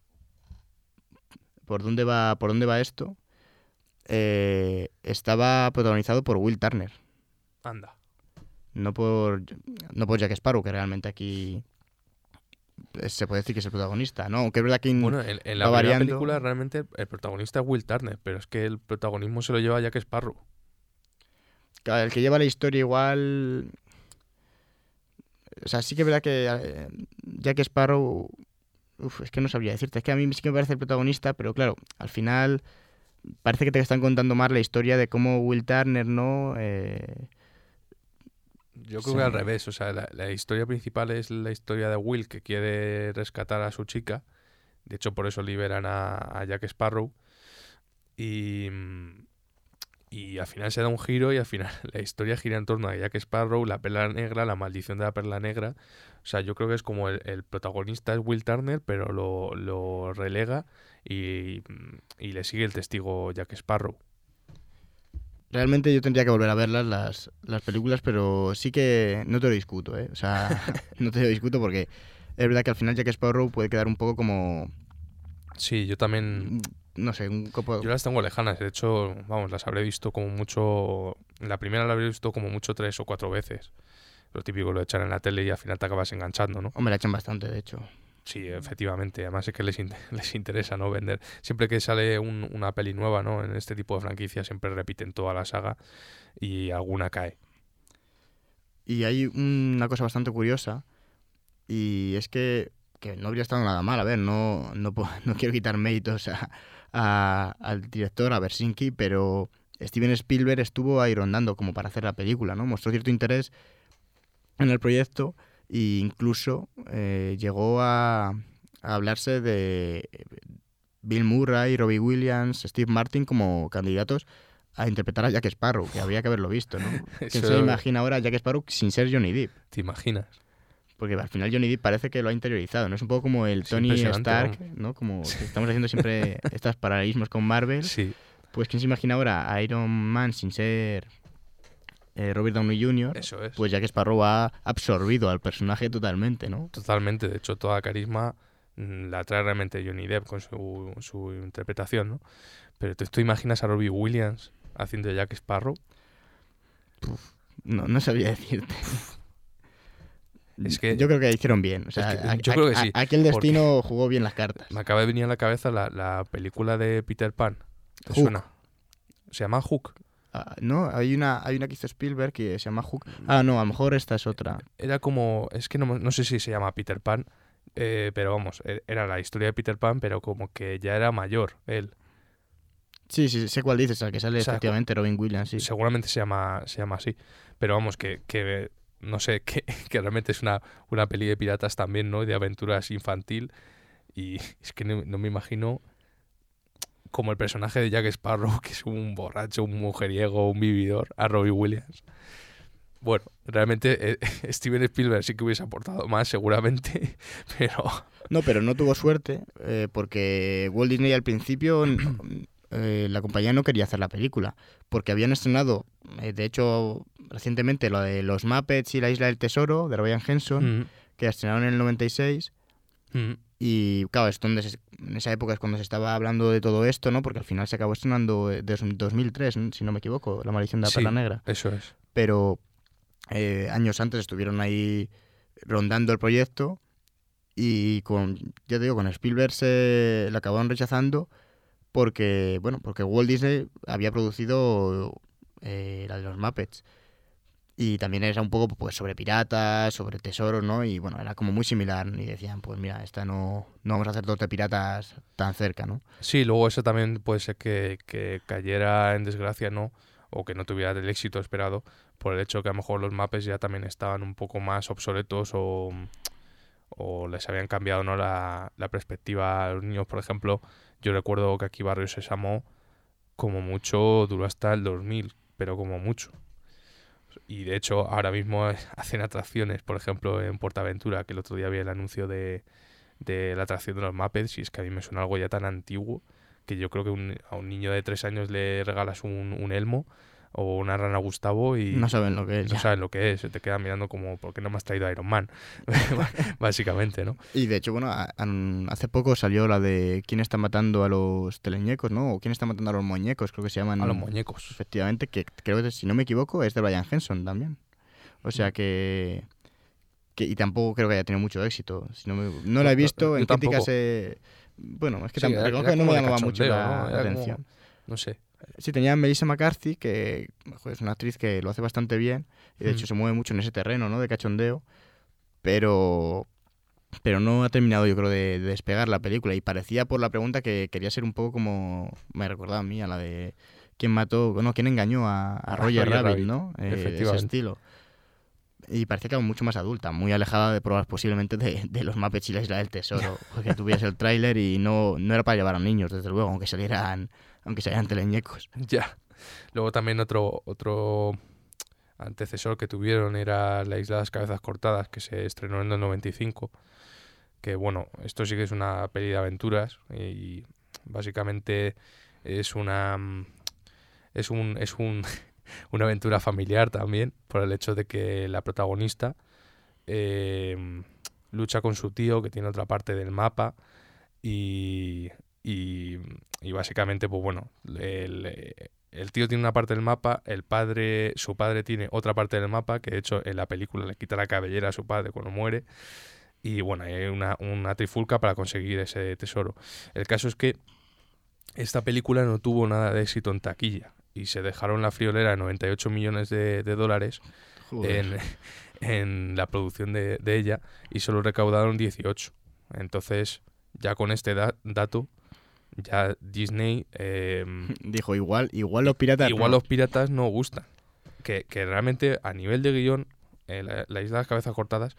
por dónde va esto, estaba protagonizado por Will Turner. Anda. No por Jack Sparrow, que realmente aquí se puede decir que es el protagonista, ¿no? Aunque es verdad que Bueno, en la primera variando. película realmente el protagonista es Will Turner, pero es que el protagonismo se lo lleva Jack Sparrow. Claro, el que lleva la historia igual... O sea, sí que es verdad que Jack Sparrow... es que no sabría decirte. Es que a mí sí que me parece el protagonista, pero claro, al final parece que te están contando más la historia de cómo Will Turner, ¿no? Yo creo que al revés, o sea, la historia principal es la historia de Will, que quiere rescatar a su chica. De hecho, por eso liberan a Jack Sparrow. Y al final se da un giro y al final la historia gira en torno a Jack Sparrow, la perla negra, la maldición de la perla negra. O sea, yo creo que es como el protagonista es Will Turner, pero lo relega y le sigue el testigo Jack Sparrow. Realmente yo tendría que volver a verlas, las películas, pero sí que no te lo discuto, ¿eh? O sea, no te lo discuto porque es verdad que al final Jack Sparrow puede quedar un poco como... Sí, yo también... No sé, un copo... Yo las tengo lejanas, de hecho, vamos, las habré visto como mucho... La primera la habré visto como mucho 3 o 4 veces. Lo típico, lo echan en la tele y al final te acabas enganchando, ¿no? Hombre, la echan bastante, de hecho. Sí, efectivamente. Además es que les interesa, ¿no? Vender. Siempre que sale una peli nueva, ¿no? En este tipo de franquicias siempre repiten toda la saga y alguna cae. Y hay una cosa bastante curiosa, y es que no habría estado nada mal. A ver, no quiero quitar méritos al director, a Bersinski, pero Steven Spielberg estuvo ahí rondando como para hacer la película, ¿no? Mostró cierto interés en el proyecto e incluso llegó a hablarse de Bill Murray, Robbie Williams, Steve Martin como candidatos a interpretar a Jack Sparrow, que habría que haberlo visto, ¿no? ¿Quién se imagina ahora a Jack Sparrow sin ser Johnny Depp? ¿Te imaginas? Porque al final Johnny Depp parece que lo ha interiorizado, ¿no? Es un poco como el Tony Stark, ¿no? Como que estamos haciendo siempre estos paralelismos con Marvel. Sí. Pues ¿quién se imagina ahora a Iron Man sin ser Robert Downey Jr.? Eso es. Pues Jack Sparrow ha absorbido al personaje totalmente, ¿no? Totalmente. De hecho, toda carisma la trae realmente Johnny Depp con su interpretación, ¿no? Pero ¿tú imaginas a Robbie Williams haciendo Jack Sparrow? No sabría decirte. Es que yo creo que hicieron bien. O sea, yo creo que sí. Aquí el destino jugó bien las cartas. Me acaba de venir a la cabeza la película de Peter Pan. ¿Te suena? ¿Se llama Hook? No, hay una que hizo Spielberg que se llama Hook. No, a lo mejor esta es otra. Era como... Es que no sé si se llama Peter Pan, pero vamos, era la historia de Peter Pan, pero como que ya era mayor él. Sí, sé cuál dices, al que sale efectivamente Robin Williams, sí. Seguramente se llama así. Pero vamos, que no sé, que realmente es una peli de piratas también, ¿no? Y de aventuras infantil. Y es que no me imagino como el personaje de Jack Sparrow, que es un borracho, un mujeriego, un vividor, a Robbie Williams. Bueno, realmente Steven Spielberg sí que hubiese aportado más, seguramente, pero... No, pero no tuvo suerte, porque Walt Disney al principio, la compañía no quería hacer la película, porque habían estrenado, de hecho, recientemente lo de Los Muppets y la Isla del Tesoro, de Ryan Henson, Mm, que estrenaron en el 96, mm, y claro, en esa época es cuando se estaba hablando de todo esto, ¿no? Porque al final se acabó estrenando desde 2003, si no me equivoco, La Maldición de la Perla sí, Negra. eso es. Pero años antes estuvieron ahí rondando el proyecto y ya te digo, con Spielberg se la acabaron rechazando porque Walt Disney había producido la de los Muppets. Y también era un poco pues sobre piratas, sobre tesoros, ¿no? Y bueno, era como muy similar. Y decían, pues mira, esta no vamos a hacer dos de piratas tan cerca, ¿no? Sí, luego eso también puede ser que cayera en desgracia, ¿no? O que no tuviera el éxito esperado por el hecho que a lo mejor los Muppets ya también estaban un poco más obsoletos o les habían cambiado, ¿no? la perspectiva a los niños. Por ejemplo, yo recuerdo que aquí Barrio Sésamo como mucho duró hasta el 2000, pero como mucho. Y de hecho ahora mismo hacen atracciones, por ejemplo en PortAventura, que el otro día vi el anuncio de la atracción de los Muppets, y es que a mí me suena algo ya tan antiguo que yo creo que a un niño de 3 años le regalas un elmo o una rana Gustavo No y saben lo que es no ya. saben lo que es, se te quedan mirando como ¿por qué no me has traído Iron Man? Básicamente, ¿no? Y de hecho, bueno, hace poco salió la de quién está matando a los teleñecos, ¿no? O quién está matando a los muñecos, creo que se A los llaman. muñecos. Efectivamente, que creo que, si no me equivoco, es de Brian Henson también. O sea y tampoco creo que haya tenido mucho éxito. Si no la he visto, Yo en críticas... tampoco. Bueno, es que Sí, reconozco era que no como me de llamaba mucho cachondeo, la ¿no? Era como, atención. no sé. Sí, tenía a Melissa McCarthy, que joder, es una actriz que lo hace bastante bien. Y de hecho se mueve mucho en ese terreno, ¿no? De cachondeo. Pero... Pero no ha terminado, yo creo, de despegar la película. Y parecía por la pregunta que quería ser un poco como... Me recordaba a mí, a la de... ¿Quién mató? No, ¿quién engañó a Roger Rabbit, ¿no? Ese Efectivamente. estilo. Y parecía que era mucho más adulta, muy alejada de pruebas posiblemente de los Muppets y la Isla del Tesoro. Porque tú veías el tráiler y no era para llevar a niños, desde luego, aunque salieran teleñecos. Ya. Luego también otro antecesor que tuvieron era La Isla de las Cabezas Cortadas, que se estrenó en el 95. Que bueno, esto sí que es una peli de aventuras y básicamente es una aventura familiar también, por el hecho de que la protagonista lucha con su tío que tiene otra parte del mapa y, y, y básicamente, pues bueno, el tío tiene una parte del mapa, su padre tiene otra parte del mapa, que de hecho en la película le quita la cabellera a su padre cuando muere, y bueno, hay una trifulca para conseguir ese tesoro. El caso es que esta película no tuvo nada de éxito en taquilla, y se dejaron la friolera de 98 millones de dólares Joder. en la producción de ella, y solo recaudaron 18. Entonces, ya con este dato, ya Disney... Dijo, igual los piratas igual no. los piratas no gustan. Que realmente a nivel de guión, la Isla de las Cabezas Cortadas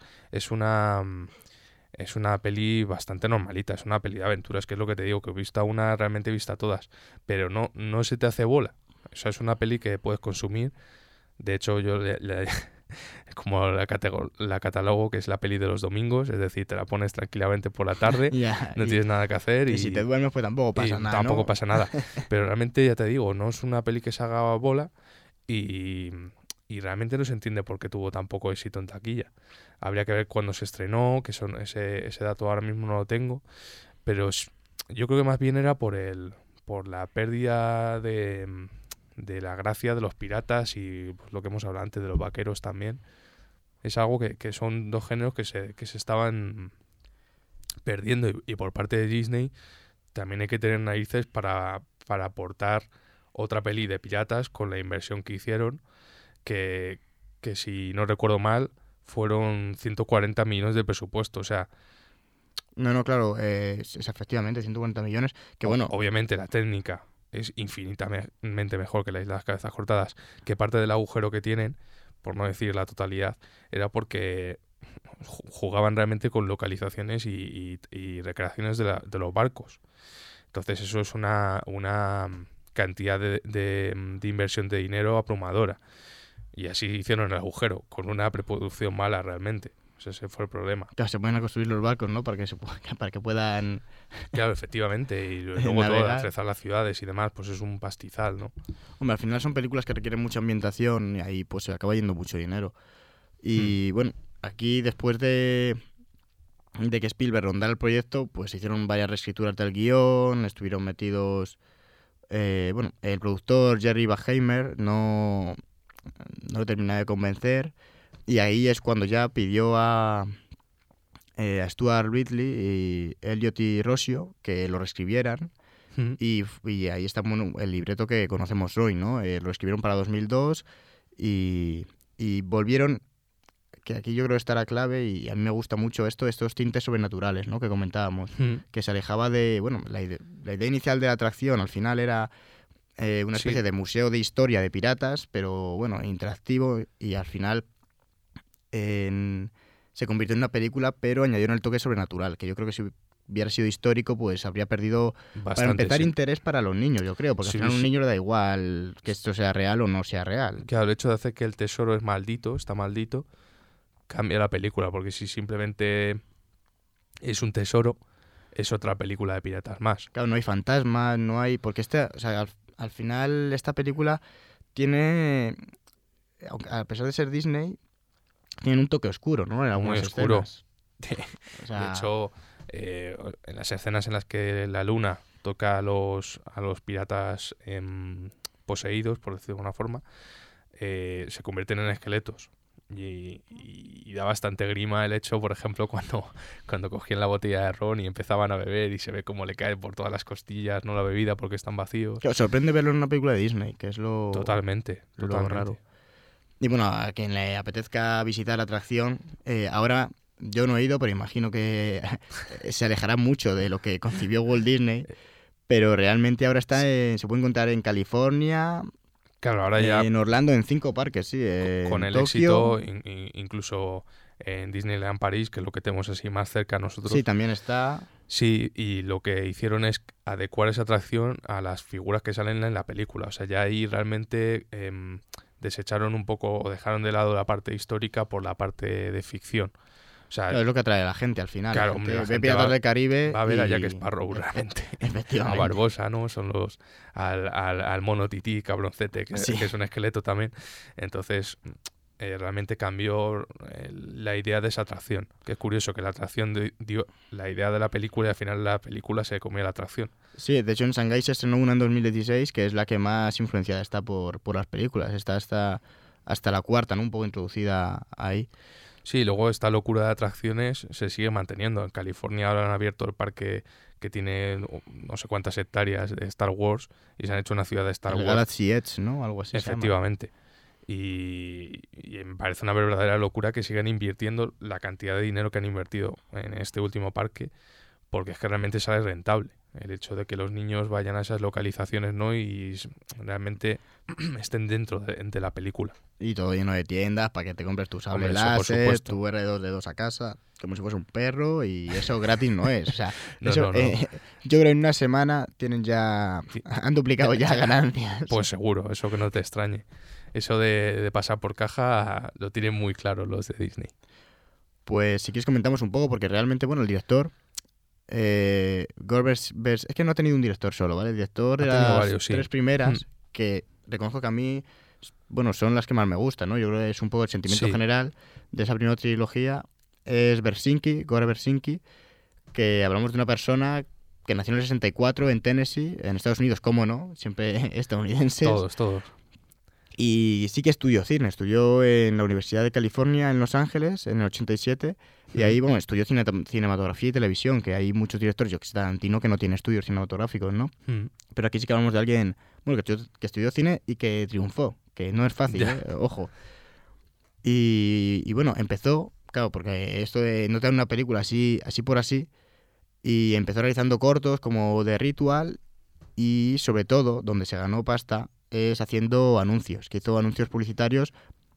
es una peli bastante normalita, es una peli de aventuras, que es lo que te digo, que he visto una, realmente he visto todas, pero no se te hace bola. O sea, es una peli que puedes consumir. De hecho, yo como la catalogo, que es la peli de los domingos, es decir, te la pones tranquilamente por la tarde, Ya, no tienes nada que hacer y si te duermes, pues tampoco pasa nada, tampoco ¿no? pasa nada. Pero realmente, ya te digo, no es una peli que se haga bola y, y realmente no se entiende por qué tuvo tan poco éxito en taquilla. Habría que ver cuándo se estrenó, que ese dato ahora mismo no lo tengo, pero yo creo que más bien era por la pérdida de la gracia de los piratas y pues, lo que hemos hablado antes de los vaqueros también. Es algo que son dos géneros que se estaban perdiendo, y por parte de Disney también hay que tener narices para aportar otra peli de piratas con la inversión que hicieron, que si no recuerdo mal fueron 140 millones de presupuesto. O sea, No, claro, es efectivamente 140 millones, que bueno, obviamente la técnica es infinitamente mejor que la Isla de las Cabezas Cortadas, que parte del agujero que tienen, por no decir la totalidad, era porque jugaban realmente con localizaciones y recreaciones de los barcos. Entonces eso es una cantidad de inversión de dinero abrumadora. Y así hicieron el agujero, con una preproducción mala realmente. Ese fue el problema. Claro, se pueden construir los barcos, ¿no? Para que puedan... Claro, efectivamente. Y luego todo, atrezar las ciudades y demás, pues es un pastizal, ¿no? Hombre, al final son películas que requieren mucha ambientación y ahí pues se acaba yendo mucho dinero. Y bueno, aquí después de que Spielberg rondara el proyecto, pues hicieron varias reescrituras del guión, estuvieron metidos... bueno, el productor Jerry Bruckheimer no lo terminaba de convencer y ahí es cuando ya pidió a Stuart Ridley y Elliot y Rossio que lo reescribieran y ahí está bueno, el libreto que conocemos hoy, ¿no? Lo escribieron para 2002 y volvieron, que aquí yo creo que está la clave y a mí me gusta mucho estos tintes sobrenaturales, ¿no? Que comentábamos, que se alejaba de, bueno, la idea inicial de la atracción al final era una especie de museo de historia de piratas, pero bueno, interactivo y al final se convirtió en una película, pero añadieron el toque sobrenatural, que yo creo que si hubiera sido histórico, pues habría perdido, bastante, para empezar, interés para los niños, yo creo, porque al final a un niño le da igual que esto sea real o no sea real. Claro, el hecho de hacer que el tesoro es maldito, está maldito, cambia la película, porque si simplemente es un tesoro, es otra película de piratas más. Claro, no hay fantasmas, no hay... Porque o sea, al final esta película tiene, a pesar de ser Disney, tiene un toque oscuro, ¿no? En algunas escenas. O sea... De hecho, en las escenas en las que la luna toca a los piratas poseídos, por decirlo de alguna forma, se convierten en esqueletos. Y da bastante grima el hecho, por ejemplo, cuando cogían la botella de ron y empezaban a beber y se ve cómo le cae por todas las costillas, no la bebida, porque están vacíos. Claro, sorprende verlo en una película de Disney, que es lo... Totalmente. Raro. Y bueno, a quien le apetezca visitar la atracción, ahora yo no he ido, pero imagino que se alejará mucho de lo que concibió Walt Disney, pero realmente ahora está se puede encontrar en California... Claro, ahora ya... En Orlando, en 5 parques, sí. Con el Tokio, éxito, incluso en Disneyland París, que es lo que tenemos así más cerca a nosotros. Sí, también está. Sí, y lo que hicieron es adecuar esa atracción a las figuras que salen en la película. O sea, ya ahí realmente desecharon un poco, o dejaron de lado la parte histórica por la parte de ficción. O sea, claro, es lo que atrae a la gente al final. Claro, la gente ve Piratas del Caribe. Va a ver a Jack Sparrow realmente. Efectivamente. A Barbosa, ¿no? Son al mono tití, cabroncete, que es un esqueleto también. Entonces, realmente cambió la idea de esa atracción. Que es curioso que la atracción dio la idea de la película y al final la película se comió la atracción. Sí, de hecho en Shanghái se estrenó una en 2016 que es la que más influenciada está por las películas. Está hasta la cuarta, ¿no? Un poco introducida ahí. Sí, luego esta locura de atracciones se sigue manteniendo. En California ahora han abierto el parque que tiene no sé cuántas hectáreas de Star Wars y se han hecho una ciudad de Star Wars. Galaxy Edge, ¿no? Algo así. Efectivamente. Y me parece una verdadera locura que sigan invirtiendo la cantidad de dinero que han invertido en este último parque, porque es que realmente sale rentable. El hecho de que los niños vayan a esas localizaciones, ¿no? Y realmente estén dentro de la película. Y todo lleno de tiendas para que te compres tu sable láser, tu R2D2 a casa, como si fuese un perro, y eso gratis no es. O sea, no. Yo creo que en una semana han duplicado ya ganancias. Pues seguro, eso que no te extrañe. Eso de pasar por caja lo tienen muy claro los de Disney. Pues si quieres comentamos un poco, porque realmente, bueno, el director... es que no ha tenido un director solo, ¿vale? El director de las tres primeras, que reconozco que a mí, bueno, son las que más me gustan, ¿no? Yo creo que es un poco el sentimiento general de esa primera trilogía. Es Gore Verbinski, que hablamos de una persona que nació en el 64 en Tennessee, en Estados Unidos, ¿cómo no? Siempre estadounidenses. Todos. Y sí que estudió cine, estudió en la Universidad de California en Los Ángeles en el 87 y ahí, bueno, estudió cinematografía y televisión, que hay muchos directores, yo que sé, Tarantino, que no tiene estudios cinematográficos, ¿no? Pero aquí sí que hablamos de alguien, bueno, que estudió cine y que triunfó, que no es fácil, ojo. Y bueno, empezó, claro, porque esto de no te dan una película así por así, y empezó realizando cortos como The Ritual y sobre todo, donde se ganó pasta, es haciendo anuncios, que hizo anuncios publicitarios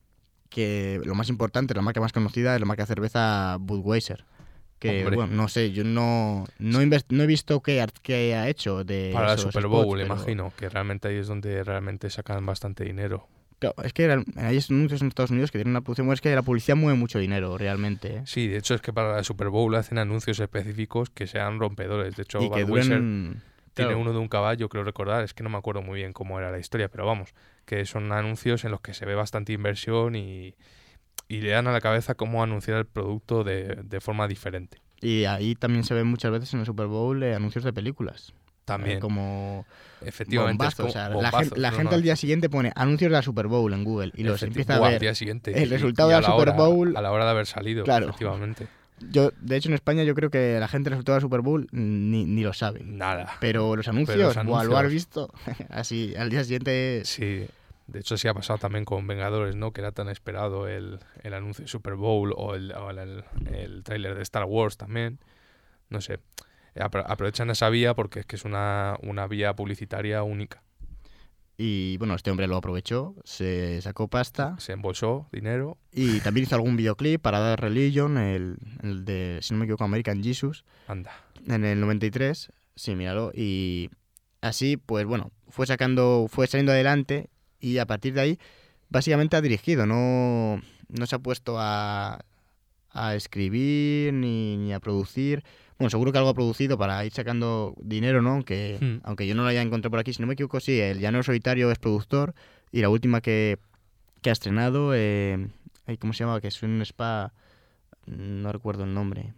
que lo más importante, la marca más conocida es la marca de cerveza Budweiser. Que, Hombre. bueno, no sé, yo no he visto qué ha hecho de Para el esos Super spots, Bowl, pero, imagino, que realmente ahí es donde realmente sacan bastante dinero. claro, es que hay anuncios en Estados Unidos que tienen una producción, bueno, es que la publicidad mueve mucho dinero, realmente, ¿eh? Sí, de hecho es que para el Super Bowl hacen anuncios específicos que sean rompedores. De hecho, Y que Budweiser duren... tiene Claro, uno de un caballo, creo recordar, es que no me acuerdo muy bien cómo era la historia, pero vamos, que son anuncios en los que se ve bastante inversión y le dan a la cabeza cómo anunciar el producto de forma diferente. y ahí también se ven muchas veces en el Super Bowl anuncios de películas. También, Como efectivamente, bombazo, o esto, sea, bombazo, la no, gente no, al día siguiente pone anuncios de la Super Bowl en Google y los empieza a Buah, al ver día siguiente. el resultado y de a la Super hora, Bowl. a la hora de haber salido, Claro. efectivamente. De hecho, en España yo creo que la gente el resultado de la Super Bowl ni lo sabe. Nada. Pero los anuncios, Pero los buah, lo has anuncios. visto, así, al día siguiente... Sí, de hecho sí ha pasado también con Vengadores, ¿no? Que era tan esperado el anuncio de Super Bowl o el tráiler de Star Wars también. No sé, aprovechan esa vía porque es que es una vía publicitaria única. Y bueno, este hombre lo aprovechó, se sacó pasta Se embolsó dinero. y también hizo algún videoclip para Bad Religion, el de, si no me equivoco, American Jesus, Anda. en el 93. Sí, míralo. Y así, pues bueno, fue saliendo adelante y a partir de ahí, básicamente ha dirigido, no se ha puesto a escribir ni a producir. Bueno, seguro que algo ha producido para ir sacando dinero, ¿no? Aunque yo no lo haya encontrado por aquí, si no me equivoco, sí, el Llanero Solitario es productor y la última que ha estrenado, ¿cómo se llama? Que es un spa, no recuerdo el nombre.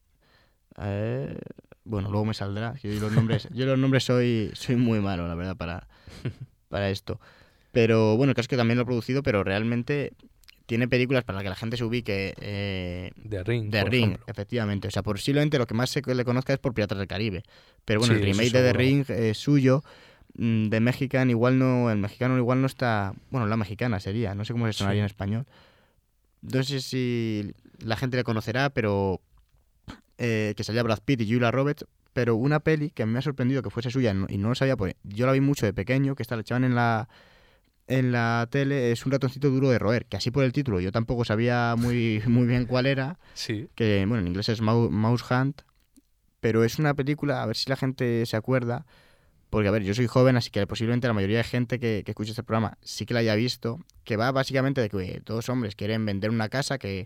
Bueno, luego me saldrá. Yo los nombres soy muy malo, la verdad, para esto. Pero bueno, el caso es que también lo he producido, pero realmente tiene películas para las que la gente se ubique. The Ring, The por Ring, ejemplo. efectivamente. O sea, posiblemente lo que más se le conozca es por Piratas del Caribe. Pero bueno, Sí, el eso remake de The seguro. Ring es suyo. De Mexican el mexicano igual no está... Bueno, la mexicana sería, no sé cómo se sonaría Sí. en español. No sé si la gente le conocerá, pero que salía Brad Pitt y Julia Roberts, pero una peli que me ha sorprendido que fuese suya y no lo sabía, porque yo la vi mucho de pequeño, que esta la echaban en la tele, es Un ratoncito duro de roer, que así por el título yo tampoco sabía muy bien cuál era, Sí. que bueno, en inglés es Mouse Hunt, pero es una película, a ver si la gente se acuerda, porque a ver, yo soy joven, así que posiblemente la mayoría de gente que escucha este programa sí que la haya visto, que va básicamente de que dos hombres quieren vender una casa que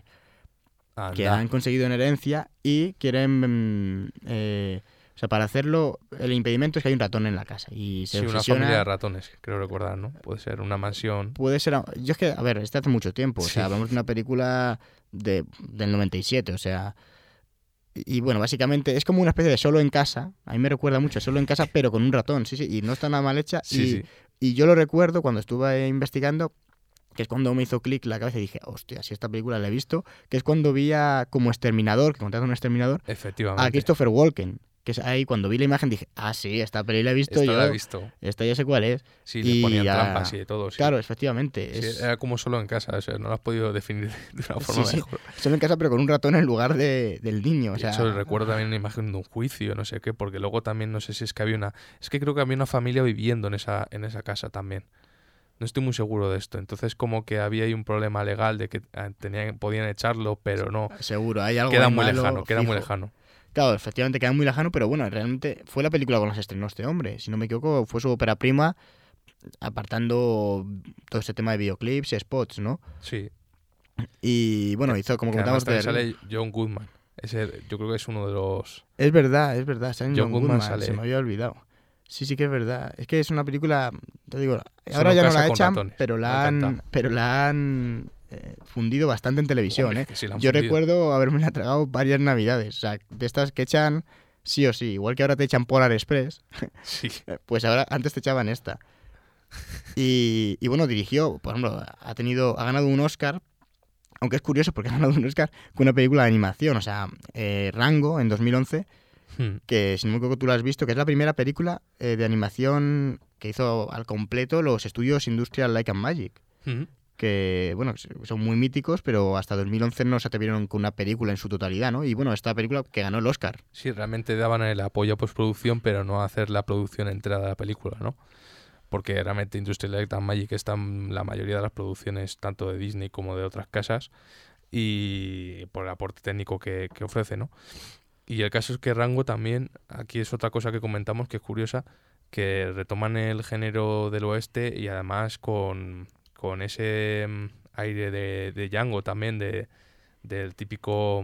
Anda. han conseguido en herencia y quieren... o sea, para hacerlo, el impedimento es que hay un ratón en la casa y se Sí, una obsesiona... familia de ratones, creo recordar, ¿no? Puede ser una mansión. Puede ser... Yo es que, a ver, hace mucho tiempo. O Sí. sea, hablamos de una película del 97, o sea... Y bueno, básicamente es como una especie de Solo en Casa. A mí me recuerda mucho a Solo en Casa, pero con un ratón, sí, y no está nada mal hecha. Sí. Y yo lo recuerdo cuando estuve investigando, que es cuando me hizo clic la cabeza y dije, hostia, si esta película la he visto, que es cuando vi como exterminador, que contrata un exterminador, Efectivamente. a Christopher Walken. Que es ahí cuando vi la imagen dije, ah, sí, esta peli la he visto Esta yo. la he visto. Esta ya sé cuál es. Sí, le ponían trampas y de todo. Sí. Claro, efectivamente. Sí, era como Solo en Casa, o sea, no lo has podido definir de una forma Sí. mejor. Solo en Casa, pero con un ratón en lugar del niño. O De sea, hecho, recuerdo también una imagen de un juicio, no sé qué, porque luego también no sé si es que había es que creo que había una familia viviendo en esa casa también. No estoy muy seguro de esto. Entonces como que había ahí un problema legal de que podían echarlo, pero no. seguro, hay algo Queda ahí muy malo, lejano, queda muy fijo. lejano. Claro, efectivamente queda muy lejano, pero bueno, realmente fue la película con la que se estrenó este hombre. Si no me equivoco, fue su ópera prima, apartando todo este tema de videoclips y spots, ¿no? Sí. Y bueno, hizo, como Que además comentamos, también sale John Goodman. Ese, yo creo que es uno de los... Es verdad, sale John John Goodman Goodman, sale. se me había olvidado. Sí que es verdad. Es que es una película, te digo, Solo ahora en ya no casa la con echan, ratones. pero Me la encanta. han fundido bastante en televisión, Hombre, ¿eh? que sí la han Yo fundido. recuerdo haberme la tragado varias navidades, o sea, de estas que echan sí o sí, igual que ahora te echan Polar Express, Sí. pues ahora antes te echaban esta. Y bueno, dirigió, por ejemplo, ha ganado un Oscar, aunque es curioso porque ha ganado un Oscar con una película de animación, o sea, Rango en 2011, que si no me equivoco tú la has visto, que es la primera película de animación que hizo al completo los estudios Industrial Light and Magic, que bueno, son muy míticos, pero hasta 2011 no se atrevieron con una película en su totalidad, ¿no? Y bueno, esta película que ganó el Oscar. Sí, realmente daban el apoyo a postproducción, pero no a hacer la producción entera de la película, ¿no? porque realmente Industrial Light and Magic está en la mayoría de las producciones, tanto de Disney como de otras casas, y por el aporte técnico que ofrece, ¿no? Y el caso es que Rango también, aquí es otra cosa que comentamos que es curiosa, que retoman el género del oeste y además con ese aire de Django también, del típico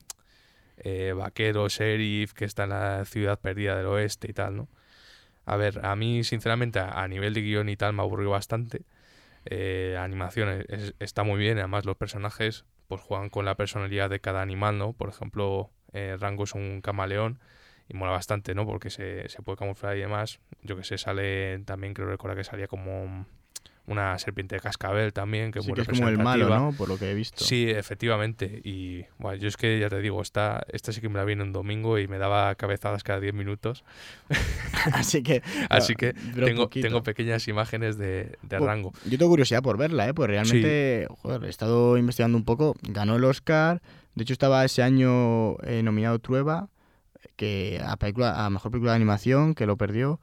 vaquero, sheriff que está en la ciudad perdida del oeste y tal, ¿no? A ver, a mí sinceramente a nivel de guión y tal me aburrió bastante. La animación está muy bien, además los personajes pues juegan con la personalidad de cada animal, ¿no? Por ejemplo, Rango es un camaleón y mola bastante, ¿no? Porque se puede camuflar y demás. Yo que sé, sale también, creo recordar que salía como una serpiente de cascabel también, que es Sí, muy que es como el malo, representativa. ¿no? Por lo que he visto. Sí, efectivamente. Y bueno, yo es que ya te digo, esta sí que me la vi en un domingo y me daba cabezadas cada 10 minutos. Así que, Así que pero poquito. tengo pequeñas imágenes de Rango. Yo tengo curiosidad por verla, ¿eh? Pues realmente, joder, he estado investigando un poco. Ganó el Oscar. De hecho, estaba ese año nominado Trueba, que a mejor película de animación, que lo perdió.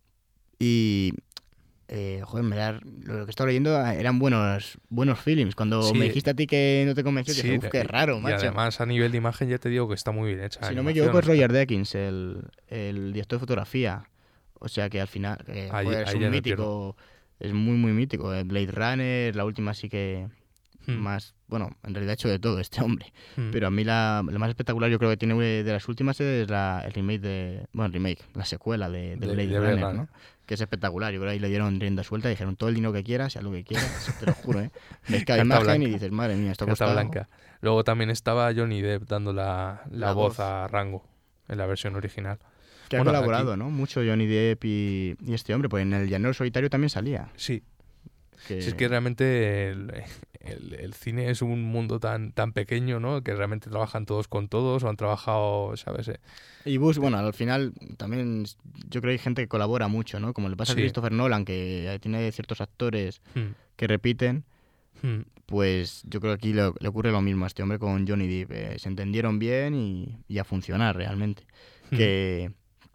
Y, joder, lo que estaba leyendo eran buenos films. Cuando Sí, me dijiste a ti que no te convenció, sí, dije, uff, qué raro, y macho. además a nivel de imagen ya te digo que está muy bien hecha. la Si no me animación, equivoco, es o sea, Roger Deakins, el director de fotografía. O sea que al final, joder, es ahí ya un no pierdo. mítico, es muy, muy mítico. Blade Runner, la última sí que Hmm, más, bueno, en realidad ha hecho de todo este hombre. hmm. Pero a mí la más espectacular yo creo que tiene de las últimas es el remake, la secuela de Blade de Blade Runner, Runner. ¿no? Que es espectacular. Yo creo que ahí le dieron rienda suelta y dijeron todo el dinero que quieras, haz lo que quieras, te lo juro, ¿eh? Ves cada Carta imagen y blanca. dices, madre mía, esto ha Carta costado blanca. Luego también estaba Johnny Depp dando la la voz voz. a Rango en la versión original. Que ha Bueno, aquí colaborado, ¿no? Mucho Johnny Depp y este hombre, pues en El Llanero Solitario también salía. sí. Que... Si es que realmente el cine es un mundo tan pequeño, ¿no? Que realmente trabajan todos con todos o han trabajado, ¿sabes? Y Bush, bueno, al final también yo creo que hay gente que colabora mucho, ¿no? Como le pasa a Sí. Christopher Nolan, que tiene ciertos actores Hmm, que repiten, hmm, pues yo creo que aquí le ocurre lo mismo a este hombre con Johnny Depp. Se entendieron bien y a funcionar realmente. hmm. Que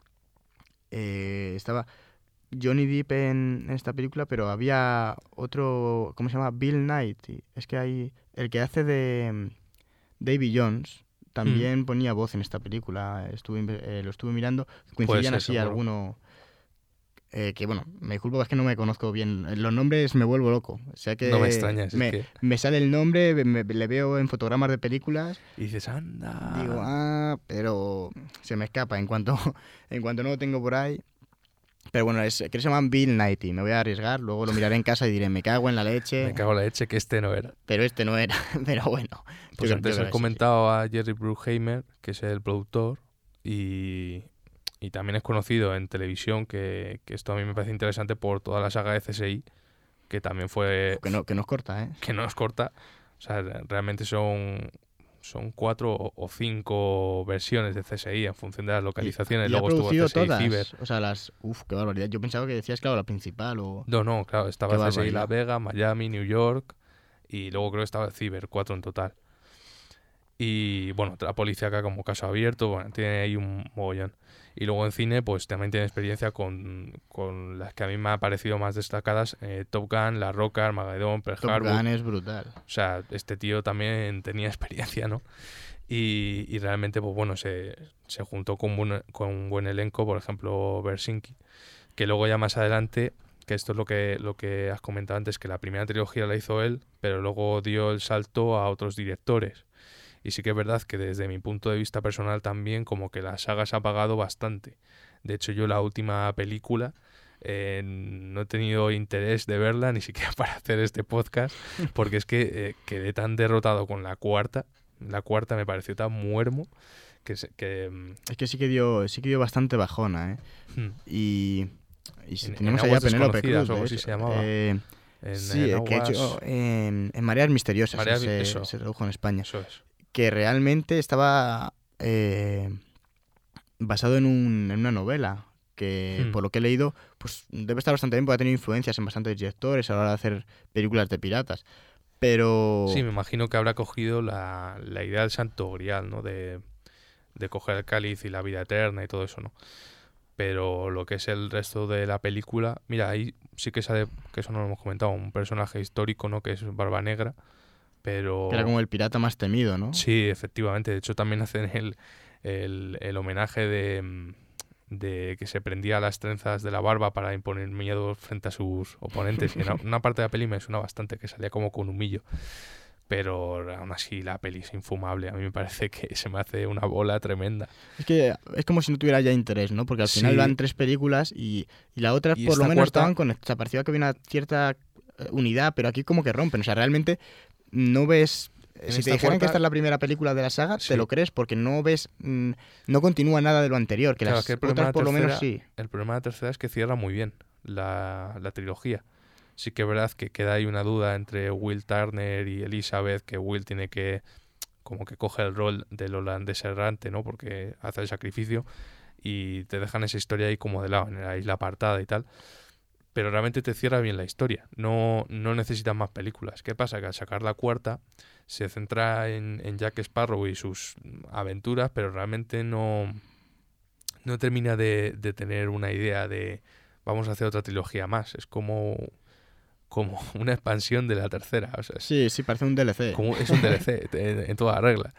estaba Johnny Depp en esta película, pero había otro, ¿cómo se llama? Bill Knight. Es que hay el que hace de Davy Jones. También ponía voz en esta película, lo estuve mirando, coincidían ser, así seguro. alguno que bueno, me disculpo, es que no me conozco bien, los nombres me vuelvo loco, o sea que No me extrañas, es que... me sale el nombre, le veo en fotogramas de películas, Y dices, anda... digo, pero se me escapa en cuanto no lo tengo por ahí. Pero bueno, creo que se llaman Bill Nighy, me voy a arriesgar, luego lo miraré en casa y diré, me cago en la leche, Me cago en la leche que este no era. pero este no era, pero bueno. Pues yo antes creo he que sí. comentado a Jerry Bruckheimer, que es el productor, y también es conocido en televisión, que esto a mí me parece interesante por toda la saga de CSI, que también fue... Que nos corta, ¿eh? que no es corta. O sea, realmente son 4 o 5 versiones de CSI en función de las localizaciones. ¿Y ha Luego estuvo producido CSI todas? Cyber. O sea, qué barbaridad. Yo pensaba que decías, claro, la principal o... No, claro, estaba Qué CSI La barbaridad. Vega, Miami, New York, y luego creo que estaba Cyber, 4 en total. Y bueno, la policía acá como caso abierto, bueno, tiene ahí un mogollón. Y luego en cine, pues también tiene experiencia con las que a mí me han parecido más destacadas, Top Gun, La Roca, Armageddon, Pearl Top Harbor. Gun es brutal. O sea, este tío también tenía experiencia, ¿no? Y realmente, pues bueno, se juntó con un buen elenco, por ejemplo, Bersinki, que luego ya más adelante, que esto es lo que has comentado antes, que la primera trilogía la hizo él, pero luego dio el salto a otros directores. Y sí que es verdad que desde mi punto de vista personal también como que la saga se ha apagado bastante. De hecho, yo la última película no he tenido interés de verla, ni siquiera para hacer este podcast, porque es que quedé tan derrotado con la cuarta. La cuarta me pareció tan muermo que... Es que sí que dio bastante bajona, ¿eh? hmm, Y en tenemos allá a Aguas Penélope Desconocidas Cruz, o de algo así hecho. se llamaba. Sí, En que ha hecho Aguas... en Mareas Misteriosas, Mareas- eso. se tradujo en España. Eso es. Que realmente estaba basado en una novela que, por lo que he leído, pues debe estar bastante bien porque ha tenido influencias en bastantes directores a la hora de hacer películas de piratas. Pero... Sí, me imagino que habrá cogido la idea del Santo Grial, ¿no? De coger el cáliz y la vida eterna y todo eso, ¿no? pero lo que es el resto de la película, mira, ahí sí que sale, que eso no lo hemos comentado, un personaje histórico, ¿no? Que es Barba Negra, Que era pero como el pirata más temido, ¿no? sí, efectivamente, de hecho también hacen el homenaje de que se prendía las trenzas de la barba para imponer miedo frente a sus oponentes, y en una parte de la peli me suena bastante, que salía como con humillo. Pero aún así la peli es infumable. A mí me parece que se me hace una bola tremenda. Es que es como si no tuviera ya interés, ¿no? Porque al final Sí, van 3 películas y la otra y por lo esta menos cuarta, estaban conectadas. O sea, parecía que había una cierta unidad, pero aquí como que rompen. O sea, realmente no ves... en Si te esta dijeran que esta cuarta, es la primera película de la saga, te sí. lo crees porque no ves... no continúa nada de lo anterior, que Claro, las que el problema de otras la por lo menos tercera, sí. el problema de la tercera es que cierra muy bien la trilogía. Sí que es verdad que queda ahí una duda entre Will Turner y Elizabeth, que Will tiene que como que coge el rol del holandés errante, ¿no? Porque hace el sacrificio y te dejan esa historia ahí como de lado, en la isla apartada y tal. Pero realmente te cierra bien la historia. No necesitas más películas. ¿Qué pasa? Que al sacar la cuarta se centra en Jack Sparrow y sus aventuras, pero realmente no termina de tener una idea de vamos a hacer otra trilogía más. Es como una expansión de la tercera. O sea, Sí, sí, parece un DLC. es un DLC en toda regla.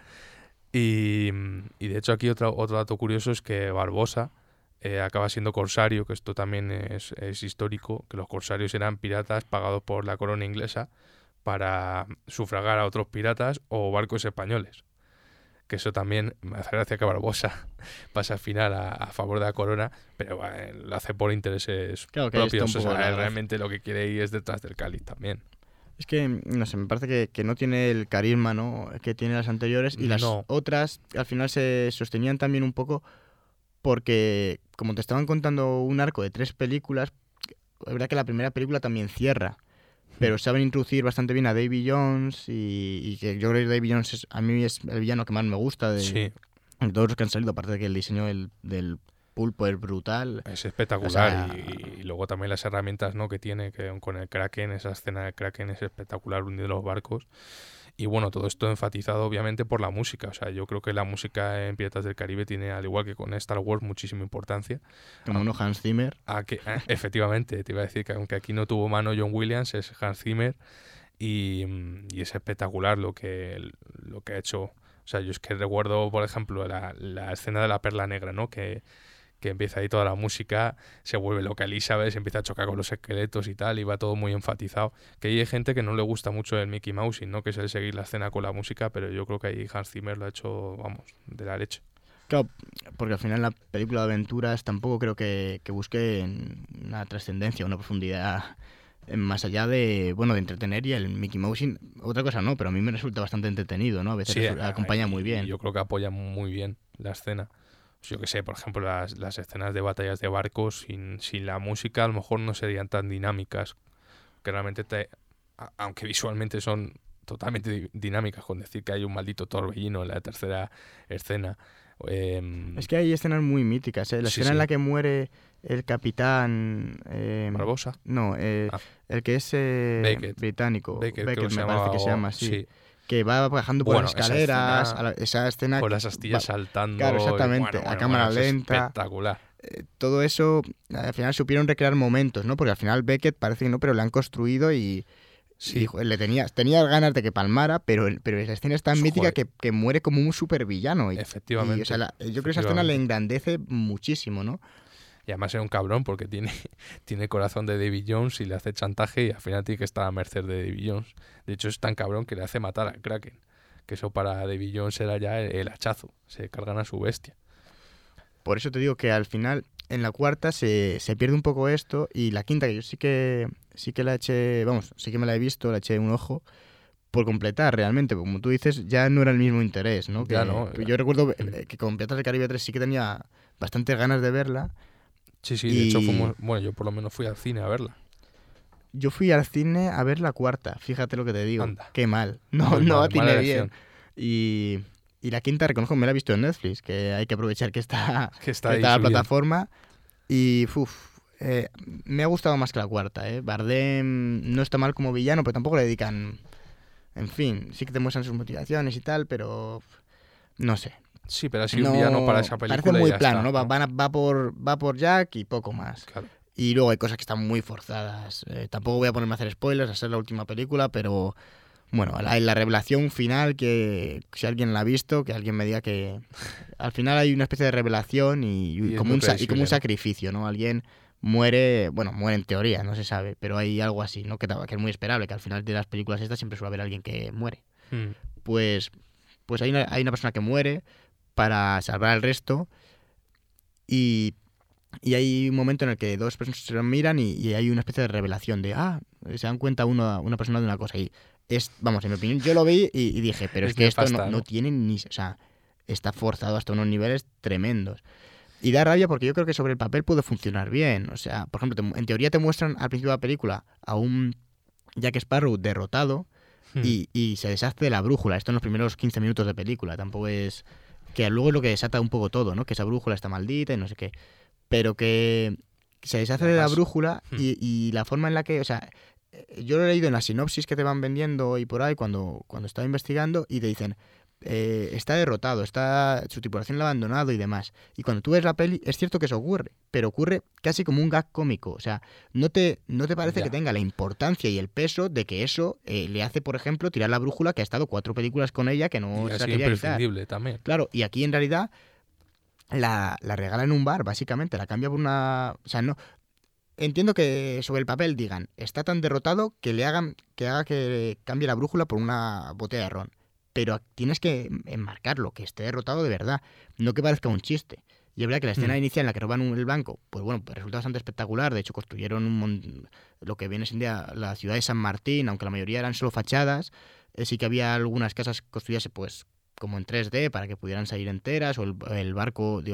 Y de hecho aquí otro dato curioso es que Barbosa acaba siendo corsario, que esto también es histórico, que los corsarios eran piratas pagados por la corona inglesa para sufragar a otros piratas o barcos españoles. Que eso también me hace gracia que Barbosa pasa al final a favor de la corona, pero bueno, lo hace por intereses Claro que ahí está un propios. O poco sea, la... realmente lo que quiere ir es detrás del cáliz también. Es que, no sé, me parece que no tiene el carisma, ¿no? Que tiene las anteriores y las No, otras al final se sostenían también un poco porque, como te estaban contando un arco de 3 películas, es verdad que la primera película también cierra, pero saben introducir bastante bien a Davy Jones y que yo creo que Davy Jones a mí es el villano que más me gusta sí, de todos los que han salido, aparte de que el diseño del pulpo es brutal. es O espectacular sea, y luego también las herramientas, ¿no? Que tiene que con el Kraken, esa escena del Kraken es espectacular hundiendo los barcos. Y bueno, todo esto enfatizado obviamente por la música. O sea, yo creo que la música en Piratas del Caribe tiene, al igual que con Star Wars, muchísima importancia. como no Hans Zimmer. Efectivamente, te iba a decir que aunque aquí no tuvo mano John Williams, es Hans Zimmer y es espectacular lo que ha hecho. O sea, yo es que recuerdo, por ejemplo, la escena de la Perla Negra, ¿no? Que empieza ahí toda la música, se vuelve loca Elizabeth, se empieza a chocar con los esqueletos y tal, y va todo muy enfatizado. Que hay gente que no le gusta mucho el Mickey Mouse, ¿no? Que es el seguir la escena con la música, pero yo creo que ahí Hans Zimmer lo ha hecho, vamos, de la leche. Claro, porque al final la película de aventuras tampoco creo que busque una trascendencia, una profundidad más allá de, bueno, de entretener y el Mickey Mouse, otra cosa no, pero a mí me resulta bastante entretenido, ¿no? A veces Sí, acompaña muy bien. yo creo que apoya muy bien la escena. Yo que sé, por ejemplo, las escenas de batallas de barcos sin la música a lo mejor no serían tan dinámicas, que realmente aunque visualmente son totalmente dinámicas, con decir que hay un maldito torbellino en la tercera escena. Es que hay escenas muy míticas, ¿eh? La Sí, escena en sí. la que muere el capitán... Barbosa. no, Ah, el que es Beckett. británico. Beckett, creo Beckett que se me parece llamaba. que se llama así. Sí. Que va bajando por Bueno, las escaleras, esa escena con las astillas saltando. claro, exactamente, a cámara Es lenta. espectacular. Todo eso, al final supieron recrear momentos, ¿no? Porque al final Beckett parece que no, pero le han construido y Sí, joder, tenía ganas de que palmara, pero esa escena es tan mítica joder, que muere como un supervillano. O efectivamente. sea, yo creo que esa escena le Efectivamente. engrandece muchísimo, ¿no? Y además era un cabrón porque tiene corazón de Davy Jones y le hace chantaje y al final tiene que estar a merced de Davy Jones. De hecho es tan cabrón que le hace matar al Kraken. Que eso para Davy Jones era ya el hachazo. Se cargan a su bestia. Por eso te digo que al final, en la cuarta se pierde un poco esto y la quinta, que yo sí que la eché, vamos, sí que me la he visto, la eché un ojo por completar realmente, porque como tú dices, ya no era el mismo interés, ¿no? Ya no. Que yo recuerdo que con Piratas del Caribe 3 sí que tenía bastantes ganas de verla. Sí, de hecho Y bueno, yo por lo menos fui al cine a verla. yo fui al cine a ver la cuarta, fíjate lo que te digo. Anda. Qué mal, no Muy mal, atiné mala bien. elección. Y la quinta, reconozco, me la he visto en Netflix, que hay que aprovechar que está, Que está que ahí está la subiendo. plataforma. Y me ha gustado más que la cuarta, ¿eh? Bardem no está mal como villano, pero tampoco le dedican... En fin, sí que te muestran sus motivaciones y tal, pero no sé. Sí, pero así un villano para esa película parece muy y ya plano, está, ¿no? ¿no? Va por Jack y poco más. Claro. Y luego hay cosas que están muy forzadas. Tampoco voy a ponerme a hacer spoilers, a ser la última película, pero bueno, la revelación final, que si alguien la ha visto, que alguien me diga que al final hay una especie de revelación Y y es como muy un, y como previsible, un ¿no? sacrificio, ¿no? Alguien muere, bueno, muere en teoría, no se sabe, pero hay algo así, ¿no? Que es muy esperable, que al final de las películas estas siempre suele haber alguien que muere. Mm. Pues, pues hay una persona que muere para salvar al resto y hay un momento en el que dos personas se miran y hay una especie de revelación de, se dan cuenta una persona de una cosa. Y vamos, en mi opinión, yo lo vi y dije, pero es Es que esto nefasta, no ¿no? tiene ni... O sea, está forzado hasta unos niveles tremendos. Y da rabia porque yo creo que sobre el papel puede funcionar bien. O sea, por ejemplo, en teoría te muestran al principio de la película a un Jack Sparrow derrotado Mm. y se deshace de la brújula. Esto en los primeros 15 minutos de película. Tampoco es... Que luego es lo que desata un poco todo, ¿no? Que esa brújula está maldita y no sé qué. Pero que se deshace de la Además, brújula mm, y la forma en la que, o sea, yo lo he leído en la sinopsis que te van vendiendo y por ahí cuando estaba investigando y te dicen, está derrotado, su tripulación la ha abandonado y demás. Y cuando tú ves la peli, es cierto que eso ocurre, pero ocurre casi como un gag cómico. O sea, no te parece que ya. tenga la importancia y el peso de que eso le hace, por ejemplo, tirar la brújula, que ha estado 4 películas con ella que no Y se la así quería quitar. imprescindible también. Claro, y aquí en realidad la regala en un bar, básicamente, la cambia por una... O sea, no... Entiendo que sobre el papel digan, está tan derrotado que haga que cambie la brújula por una botella de ron. Pero tienes que enmarcarlo, que esté derrotado de verdad, no que parezca un chiste. Y es verdad que la escena Mm. inicial en la que roban el banco, pues bueno, pues resulta bastante espectacular. De hecho, construyeron lo que viene siendo la ciudad de San Martín, aunque la mayoría eran solo fachadas. Sí que había algunas casas construidas pues como en 3D para que pudieran salir enteras, o el barco,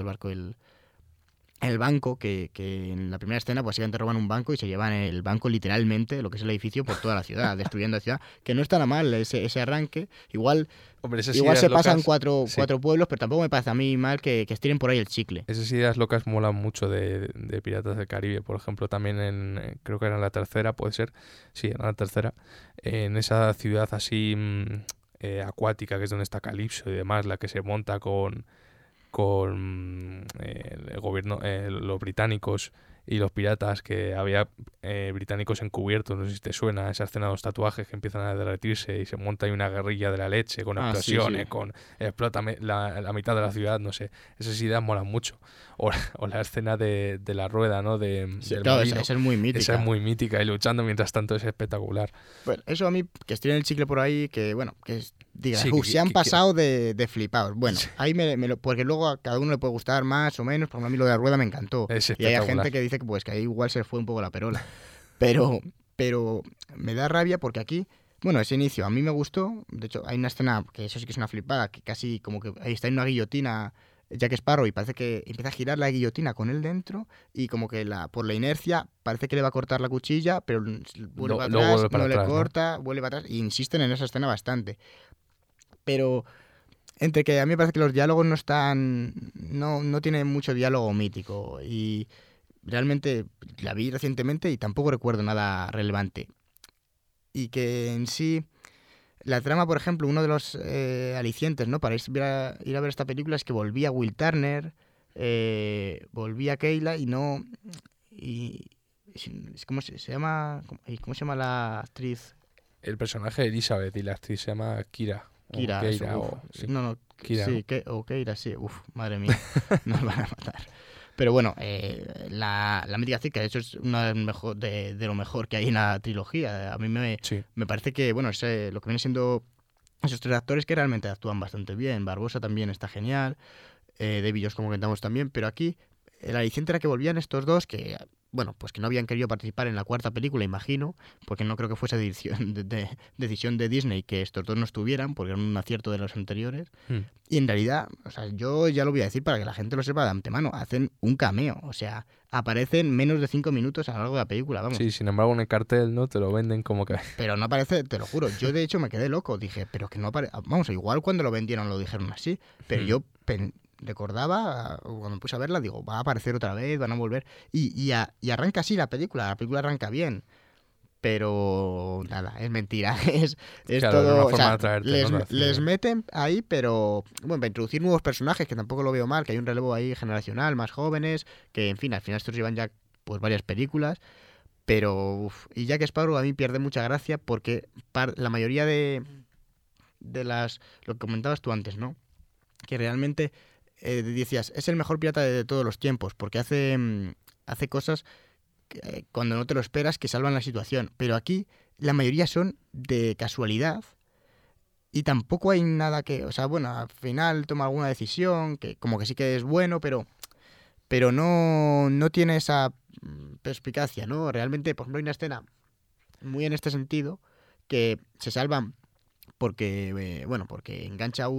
el banco, que en la primera escena pues básicamente roban un banco y se llevan el banco literalmente, lo que es el edificio, por toda la ciudad, destruyendo la ciudad, que no está nada mal ese arranque. Hombre, esas Igual ideas se pasan locas, sí, cuatro pueblos, pero tampoco me parece a mí mal que estiren por ahí el chicle. esas ideas locas molan mucho de Piratas del Caribe. Por ejemplo, también creo que era en la tercera, puede ser, sí, en la tercera, en esa ciudad así acuática, que es donde está Calypso y demás, la que se monta con el gobierno, los británicos y los piratas, que había británicos encubiertos, no sé si te suena esa escena de los tatuajes que empiezan a derretirse y se monta ahí una guerrilla de la leche con Sí, sí. explosiones, con explota la mitad de la ciudad, no sé, esas ideas molan mucho. O la escena de la rueda, ¿no? Sí, Del claro, molino, esa es muy esa es mítica. muy mítica y luchando mientras tanto es espectacular. Bueno, eso a mí, que estiren el chicle por ahí, que bueno, diga, Sí, se han que- pasado de flipados. Bueno, sí, ahí porque luego a cada uno le puede gustar más o menos, porque a mí lo de la rueda me encantó. es Y hay espectacular. gente que dice que pues que ahí igual se fue un poco la perola. Pero, pero me da rabia porque aquí, bueno, ese inicio a mí me gustó. De hecho, hay una escena que eso sí que es una flipada, que casi como que ahí está en una guillotina Jack Sparrow y parece que empieza a girar la guillotina con él dentro y como que por la inercia parece que le va a cortar la cuchilla, pero vuelve para Luego atrás, vuelve para no le atrás, ¿no? corta, vuelve para atrás y insisten en esa escena bastante. Pero entre que a mí me parece que los diálogos no tienen mucho diálogo mítico y realmente la vi recientemente y tampoco recuerdo nada relevante. Y que en sí, la trama, por ejemplo, uno de los alicientes, ¿no? Para ir a ver esta película es que volvía Will Turner, volvía Keila y no... Y, ¿cómo se llama? ¿Cómo se llama la actriz? El personaje de Elizabeth y la actriz se llama Kira. O Kira, eso, Keira, uf. o sí, No, Kira, ¿no? sí, o Keira, sí, uf, madre mía, nos van a matar. Pero bueno, la mítica actriz, que de hecho es una de lo mejor que hay en la trilogía. A mí Sí. me parece que, bueno, lo que viene siendo esos tres actores que realmente actúan bastante bien. Barbosa también está genial, David Jones, como comentamos también, pero aquí el aliciente era que volvían estos dos que, bueno, pues que no habían querido participar en la cuarta película, imagino, porque no creo que fuese decisión de Disney que estos dos no estuvieran, porque era un acierto de los anteriores. Mm. Y en realidad, o sea, yo ya lo voy a decir para que la gente lo sepa de antemano, hacen un cameo, o sea, aparecen menos de 5 minutos a lo largo de la película, vamos. Sí, sin embargo, en el cartel, ¿no? Te lo venden como que... Pero no aparece, te lo juro, yo de hecho me quedé loco, dije, pero que no aparece, vamos, igual cuando lo vendieron lo dijeron así, pero yo recordaba, cuando me puse a verla, digo, va a aparecer otra vez, van a volver, y arranca así la película arranca bien, pero nada, es mentira. Es Claro, era todo. una O forma de sea, atraerte, les, ¿no? De les hacer- meten ahí, pero bueno, para introducir nuevos personajes, que tampoco lo veo mal, que hay un relevo ahí generacional, más jóvenes, que en fin, al final estos llevan ya pues varias películas. Pero, y Jack Sparrow a mí pierde mucha gracia porque la mayoría de las. Lo que comentabas tú antes, ¿no? Que realmente decías, es el mejor pirata de todos los tiempos, porque hace cosas cuando no te lo esperas que salvan la situación. Pero aquí la mayoría son de casualidad y tampoco hay nada que. O sea, bueno, al final toma alguna decisión que como que sí que es bueno, pero no tiene esa perspicacia, ¿no? Realmente, por ejemplo, hay una escena muy en este sentido que se salvan porque, bueno, porque engancha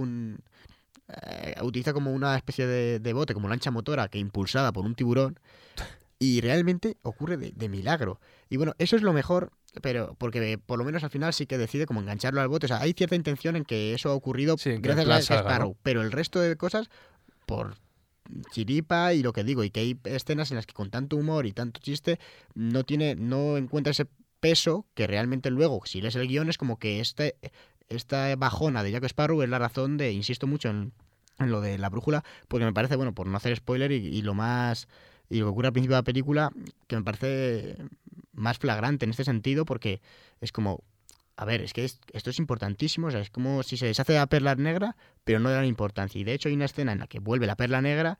utiliza como una especie de bote, como lancha motora que impulsada por un tiburón y realmente ocurre de milagro. Y bueno, eso es lo mejor, pero porque por lo menos al final sí que decide como engancharlo al bote. O sea, hay cierta intención en que eso ha ocurrido Sí, que el gracias a plan Jack salga, Sparrow, ¿no? pero el resto de cosas por chiripa y lo que digo, y que hay escenas en las que con tanto humor y tanto chiste no encuentra ese peso que realmente luego, si lees el guión, es como que esta bajona de Jack Sparrow es la razón de, insisto mucho en lo de la brújula, porque me parece, bueno, por no hacer spoiler y lo más. Y lo que ocurre al principio de la película, que me parece más flagrante en este sentido, porque es como, a ver, es que esto es importantísimo, o sea, es como si se deshace la perla negra, pero no le dan importancia. Y de hecho hay una escena en la que vuelve la perla negra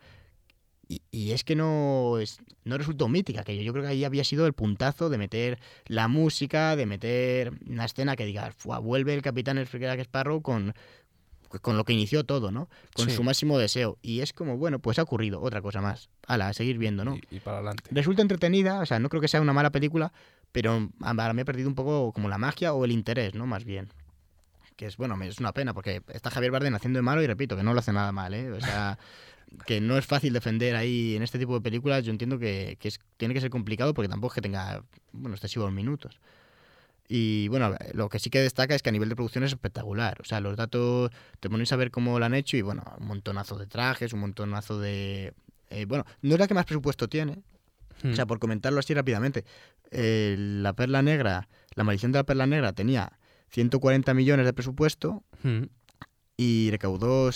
y es que no resultó mítica, que yo creo que ahí había sido el puntazo de meter la música, de meter una escena que diga, "Fua, vuelve el Capitán Jack Sparrow con lo que inició todo, ¿no? Con Sí, su máximo deseo. Y es como, bueno, pues ha ocurrido otra cosa más. Hala, a seguir viendo, ¿no? y para adelante. Resulta entretenida, o sea, no creo que sea una mala película, pero ahora me he perdido un poco como la magia o el interés, ¿no? Más bien. Que es, bueno, es una pena, porque está Javier Bardem haciendo de malo y repito, que no lo hace nada mal, ¿eh? O sea, que no es fácil defender ahí en este tipo de películas, yo entiendo que tiene que ser complicado porque tampoco es que tenga, bueno, excesivos minutos. Y bueno, lo que sí que destaca es que a nivel de producción es espectacular. O sea, los datos, te pones a ver cómo lo han hecho y bueno, un montonazo de trajes, un montonazo de. Bueno, no es la que más presupuesto tiene. O Mm, sea, por comentarlo así rápidamente, la Perla Negra, la maldición de la Perla Negra tenía 140 millones de presupuesto mm, y recaudó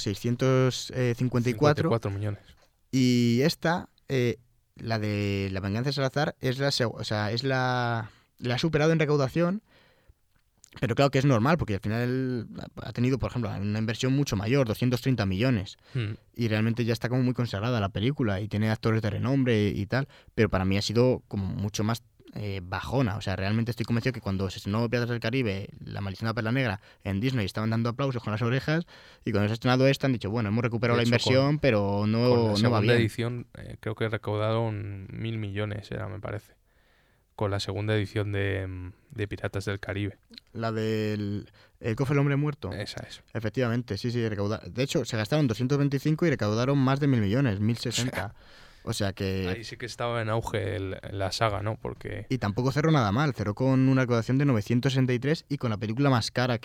654. 54 millones. Y esta, la de La Venganza de Salazar, o sea, la ha superado en recaudación. Pero claro que es normal, porque al final ha tenido, por ejemplo, una inversión mucho mayor, 230 millones. Mm. Y realmente ya está como muy consagrada la película y tiene actores de renombre y tal. Pero para mí ha sido como mucho más bajona. O sea, realmente estoy convencido que cuando se estrenó Piratas del Caribe, La Maldición de la Perla Negra, en Disney estaban dando aplausos con las orejas. Y cuando se ha estrenado esta han dicho, bueno, hemos recuperado De la hecho, inversión, pero con la no va segunda bien. edición creo que recaudaron 1.000 millones, era, me parece. Con la segunda edición de Piratas del Caribe. La del El cofre del hombre muerto. Esa es. Efectivamente, sí, recaudaron. De hecho, se gastaron 225 y recaudaron más de 1.000 millones, 1.060. O sea que. Ahí sí que estaba en auge la saga, ¿no? Porque Y tampoco cerró nada mal, cerró con una recaudación de 963 y con la película más cara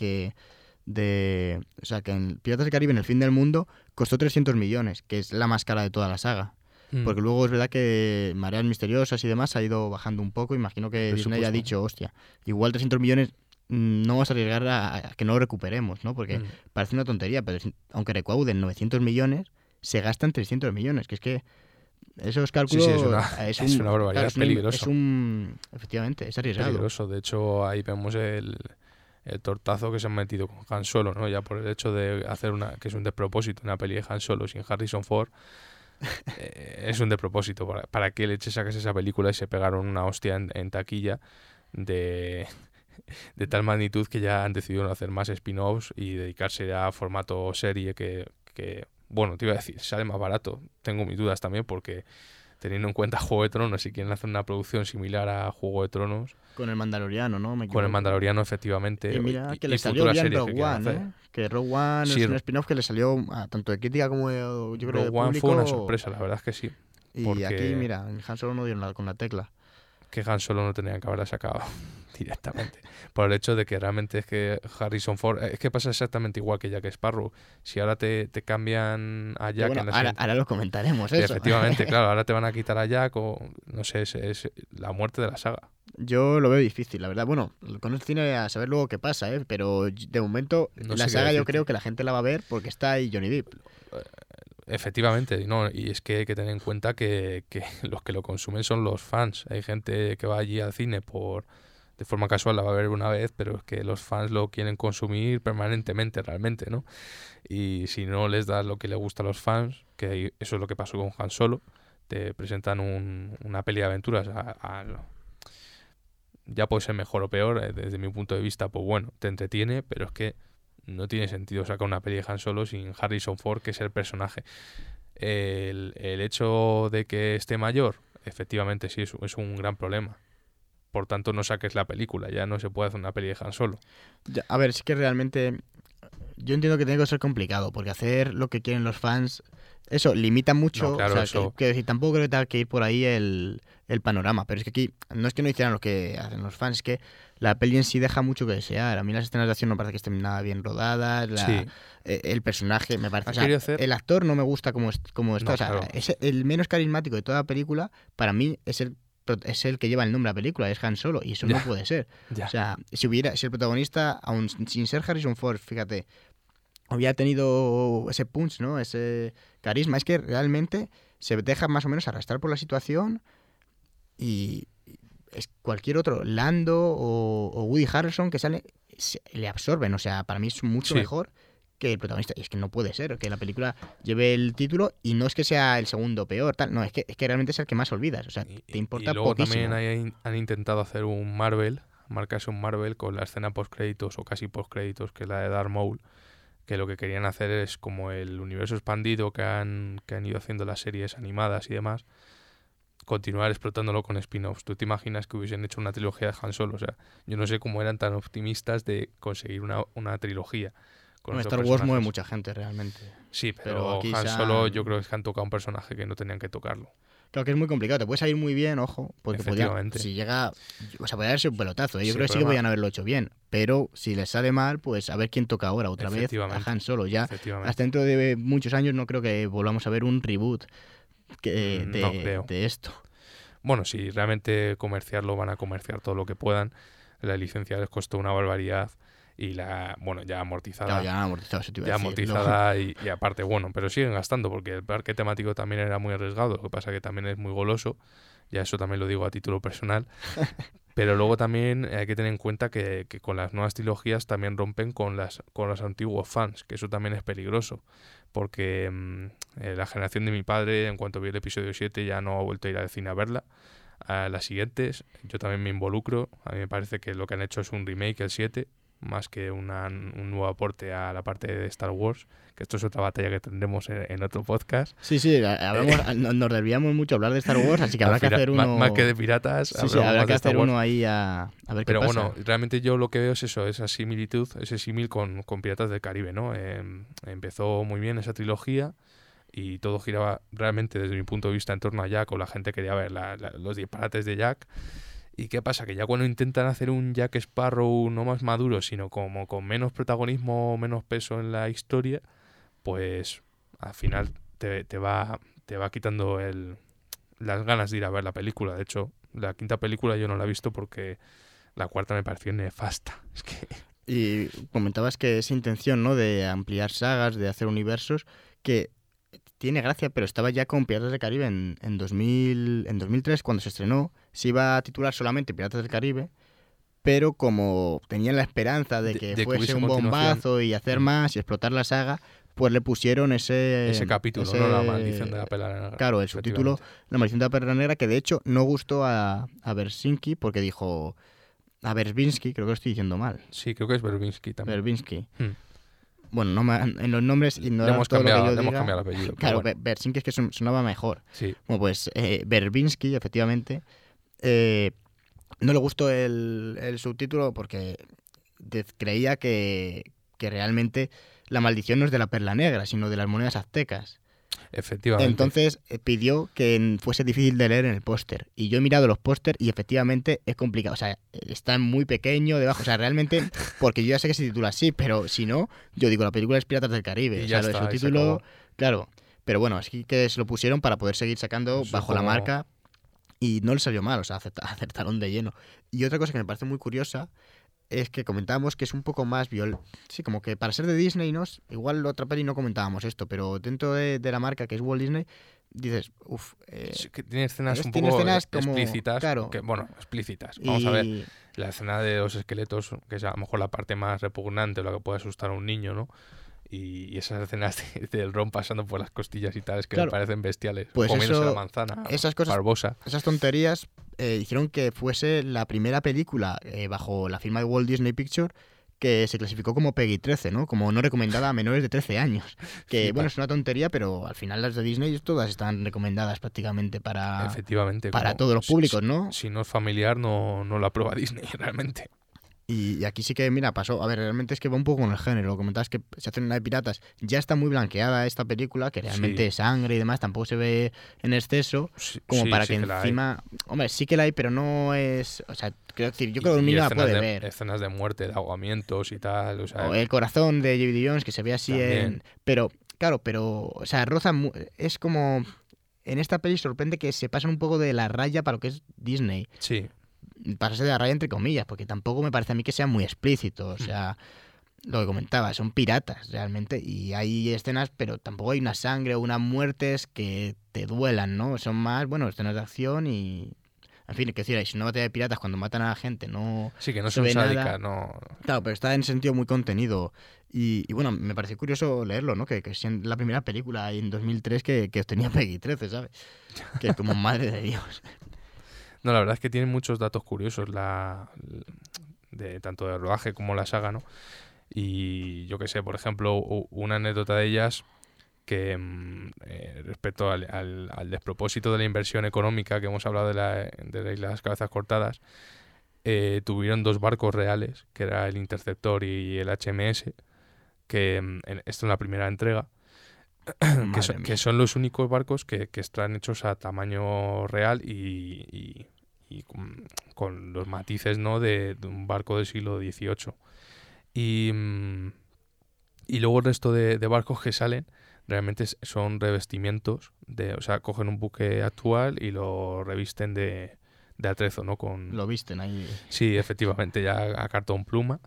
O sea, que en Piratas del Caribe en el fin del mundo costó 300 millones, que es la más cara de toda la saga. Porque luego es verdad que Mareas Misteriosas y demás ha ido bajando un poco. Imagino que Disney ha presupuesto. dicho, hostia, igual 300 millones no vamos a arriesgar a que no lo recuperemos, ¿no? Porque parece una tontería, pero aunque recauden 900 millones, se gastan 300 millones, que es que esos cálculos Sí, es una barbaridad, claro, es peligroso. Efectivamente, es Es arriesgado. peligroso. De hecho, ahí vemos el tortazo que se han metido con Han Solo, ¿no? Ya por el hecho de hacer que es un despropósito, una peli de Han Solo sin Harrison Ford. Es un despropósito. ¿Para qué leche sacas esa película y se pegaron una hostia en taquilla de tal magnitud que ya han decidido no hacer más spin-offs y dedicarse a formato serie bueno, te iba a decir, sale más barato. Tengo mis dudas también porque teniendo en cuenta Juego de Tronos, si quieren hacer una producción similar a Juego de Tronos, Con el Mandaloriano, ¿no? Me con el equivoco. Mandaloriano efectivamente, Y mira, que le y salió futuras bien series que Rogue quieran One, hacer. ¿eh? Que Rogue One Sí, es un spin-off que le salió tanto de crítica como yo creo de Rogue One público. fue una sorpresa, la verdad es que sí. Y Porque aquí, mira, en Han Solo no dieron con la tecla. que Han Solo no tenían que haberla sacado directamente. Por el hecho de que realmente es que Harrison Ford... Es que pasa exactamente igual que Jack Sparrow. Si ahora te cambian a Jack... Bueno, ahora lo comentaremos, eso. Efectivamente, claro, ahora te van a quitar a Jack o... No sé, es la muerte de la saga. Yo lo veo difícil, la verdad. Bueno, con el cine a saber luego qué pasa, ¿eh? Pero de momento No la sé qué saga yo decirte. creo que la gente la va a ver porque está ahí Johnny Depp. Efectivamente, no, y es que hay que tener en cuenta que los que lo consumen son los fans. Hay gente que va allí al cine de forma casual, la va a ver una vez, pero es que los fans lo quieren consumir permanentemente realmente, ¿no? Y si no les das lo que le gusta a los fans, que eso es lo que pasó con Han Solo, te presentan una peli de aventuras ya puede ser mejor o peor, desde mi punto de vista, pues bueno, te entretiene, pero es que no tiene sentido sacar una peli de Han Solo sin Harrison Ford, que es el personaje. El hecho de que esté mayor, efectivamente sí, es un gran problema. Por tanto, no saques la película, ya no se puede hacer una peli de Han Solo. A ver, es que realmente yo entiendo que tiene que ser complicado, porque hacer lo que quieren los fans, eso limita mucho. No, claro, o sea, eso... que decir, tampoco creo que tenga que ir por ahí el panorama, pero es que aquí no es que no hicieran lo que hacen los fans, es que la peli en sí deja mucho que desear. A mí las escenas de acción no parece que estén nada bien rodadas, Sí. El personaje me parece... Ha o sea, querido hacer- el actor no me gusta como está. No, O sea, claro. es el menos carismático de toda la película, para mí es el que lleva el nombre a la película, es Han Solo, y eso no Ya. puede ser. Ya. O sea, si el protagonista, aun sin ser Harrison Ford, fíjate, hubiera tenido ese punch, ¿no? Ese carisma, es que realmente se deja más o menos arrastrar por la situación y es cualquier otro, Lando o Woody Harrelson que sale, le absorben, o sea, para mí es mucho Sí. mejor que el protagonista. Y es que no puede ser que la película lleve el título y no es que sea el segundo peor, tal, no, es que realmente es el que más olvidas, o sea, te importa y luego poquísimo. también han intentado hacer un Marvel, marcarse un Marvel con la escena post-créditos o casi post-créditos, que es la de Darth Maul, que lo que querían hacer es como el universo expandido que han ido haciendo las series animadas y demás, continuar explotándolo con spin-offs. ¿Tú te imaginas que hubiesen hecho una trilogía de Han Solo? O sea, yo no sé cómo eran tan optimistas de conseguir una trilogía con Bueno, otros Star Wars mueve personajes. mucha gente realmente. Sí, pero pero aquí Han se Solo han- yo creo que han tocado un personaje que no tenían que tocarlo. Claro que es muy complicado, te puede salir muy bien, ojo, porque Efectivamente. si llega, o sea, podría darse un pelotazo, ¿eh? Yo Sí, creo el que sí que problema- podían haberlo hecho bien, pero si les sale mal, pues a ver quién toca ahora, otra vez a Efectivamente. Han Solo. Ya Efectivamente. hasta dentro de muchos años no creo que volvamos a ver un reboot No creo. de esto. Bueno, si realmente comerciarlo, van a comerciar todo lo que puedan. La licencia les costó una barbaridad y ya amortizada. Claro, ya han amortizado, eso te iba Ya a decir. amortizada y aparte, bueno, pero siguen gastando porque el parque temático también era muy arriesgado. Lo que pasa que también es muy goloso. Ya eso también lo digo a título personal. Pero luego también hay que tener en cuenta que con las nuevas trilogías también rompen con los antiguos fans, que eso también es peligroso. Porque la generación de mi padre, en cuanto vio el episodio 7, ya no ha vuelto a ir al cine a verla. A las siguientes, yo también me involucro. A mí me parece que lo que han hecho es un remake, el 7, más que un nuevo aporte a la parte de Star Wars, que esto es otra batalla que tendremos en otro podcast. Sí, nos desviamos mucho a hablar de Star Wars, así que habrá que Al final, hacer uno... Más que de piratas, Sí, hablamos habrá más que de Star hacer Wars. uno ahí a ver qué Pero pasa. bueno, realmente yo lo que veo es eso, esa similitud, ese símil con Piratas del Caribe, ¿no? Empezó muy bien esa trilogía y todo giraba realmente desde mi punto de vista en torno a Jack, o la gente quería ver los disparates de Jack. ¿Y qué pasa? Que ya cuando intentan hacer un Jack Sparrow no más maduro, sino como con menos protagonismo, menos peso en la historia, pues al final te va quitando las ganas de ir a ver la película. De hecho, la quinta película yo no la he visto porque la cuarta me pareció nefasta. Es que... Y comentabas que esa intención, ¿no?, de ampliar sagas, de hacer universos, que tiene gracia, pero estaba ya con Piratas del Caribe en 2003, cuando se estrenó. Se iba a titular solamente Piratas del Caribe, pero como tenían la esperanza de que fuese hubiese un continuación. bombazo y hacer más y explotar la saga, pues le pusieron ese capítulo, ¿no? La maldición de la perla negra. Claro, el subtítulo La maldición de la perla negra, que de hecho no gustó a Bersinski porque dijo... A Verbinski, creo que lo estoy diciendo mal. Sí, creo que es Berbinsky también. Verbinski. Bueno, en los nombres Le ignorar hemos todo lo que yo diga. cambiado el apellido. Claro, Bueno. Bersinski es que sonaba mejor. Sí. Bueno, pues Verbinski, efectivamente, no le gustó el subtítulo porque creía que realmente la maldición no es de la perla negra, sino de las monedas aztecas. Efectivamente. Entonces pidió que fuese difícil de leer en el póster. Y yo he mirado los pósters y efectivamente es complicado. O sea, está muy pequeño debajo. O sea, realmente, porque yo ya sé que se titula así, pero si no, yo digo, la película es Piratas del Caribe. Y O ya sea, lo de está, su y se título, acabó. claro. Pero bueno, así que se lo pusieron para poder seguir sacando Eso es bajo la como... marca y no le salió mal. O sea, acertaron de lleno. Y otra cosa que me parece muy curiosa es que comentábamos que es un poco más sí, como que para ser de Disney, ¿no? Igual otra peli no comentábamos esto, pero dentro de la marca que es Walt Disney, dices, uff, Sí, que tiene escenas un tiene poco escenas como, explícitas. claro, Bueno, explícitas. Vamos a ver, y la escena de los esqueletos, que es a lo mejor la parte más repugnante, lo que puede asustar a un niño, ¿no? Y esas escenas del Ron pasando por las costillas y tal, es que me claro, parecen bestiales. pues Comiéndose la eso, manzana esas cosas, barbosa. esas tonterías hicieron que fuese la primera película bajo la firma de Walt Disney Pictures que se clasificó como PEGI 13, ¿no? Como no recomendada a menores de 13 años. Que, Flipas. bueno, es una tontería, pero al final las de Disney todas están recomendadas prácticamente Efectivamente, para como todos los públicos, ¿no? si no es familiar, no lo aprueba Disney realmente. Y aquí sí que, mira, pasó. A ver, realmente es que va un poco con el género. Lo comentabas que se hacen una de piratas. Ya está muy blanqueada esta película, que realmente Sí, sangre y demás tampoco se ve en exceso. sí, Como sí, para sí que que la hay. encima. Hombre, sí que la hay, pero no es. O sea, quiero decir, yo creo que un niño la puede ver. Escenas de muerte, de ahogamientos y tal, o sea, O el corazón de J.B. Jones, que se ve así también. en. Pero, claro, pero. O sea, roza. Es como. En esta peli sorprende que se pasan un poco de la raya para lo que es Disney. Sí, Pasarse de la raya entre comillas, porque tampoco me parece a mí que sea muy explícito. O sea, lo que comentaba, son piratas realmente. Y hay escenas, pero tampoco hay una sangre o unas muertes que te duelan, ¿no? Son más, bueno, escenas de acción y. En fin, que decir, si una batalla de piratas cuando matan a la gente no sí que no se son ve nada. sádicas, no. Claro, pero está en sentido muy contenido. Y bueno, me pareció curioso leerlo, ¿no? Que es la primera película en 2003 que obtenía PEGI 13, ¿sabes? Que como madre de Dios. No, la verdad es que tiene muchos datos curiosos de tanto de rodaje como la saga, ¿no? Y yo qué sé, por ejemplo, una anécdota de ellas que respecto al despropósito de la inversión económica que hemos hablado de las cabezas cortadas, tuvieron dos barcos reales, que era el Interceptor y el HMS, que esto en la primera entrega, Madre que mía. son los únicos barcos que están hechos a tamaño real y con los matices, ¿no? de un barco del siglo XVIII. Y, y luego el resto de barcos que salen realmente son revestimientos, o sea, cogen un buque actual y lo revisten de atrezo, ¿no? Lo visten ahí. Sí, efectivamente, ya a cartón pluma.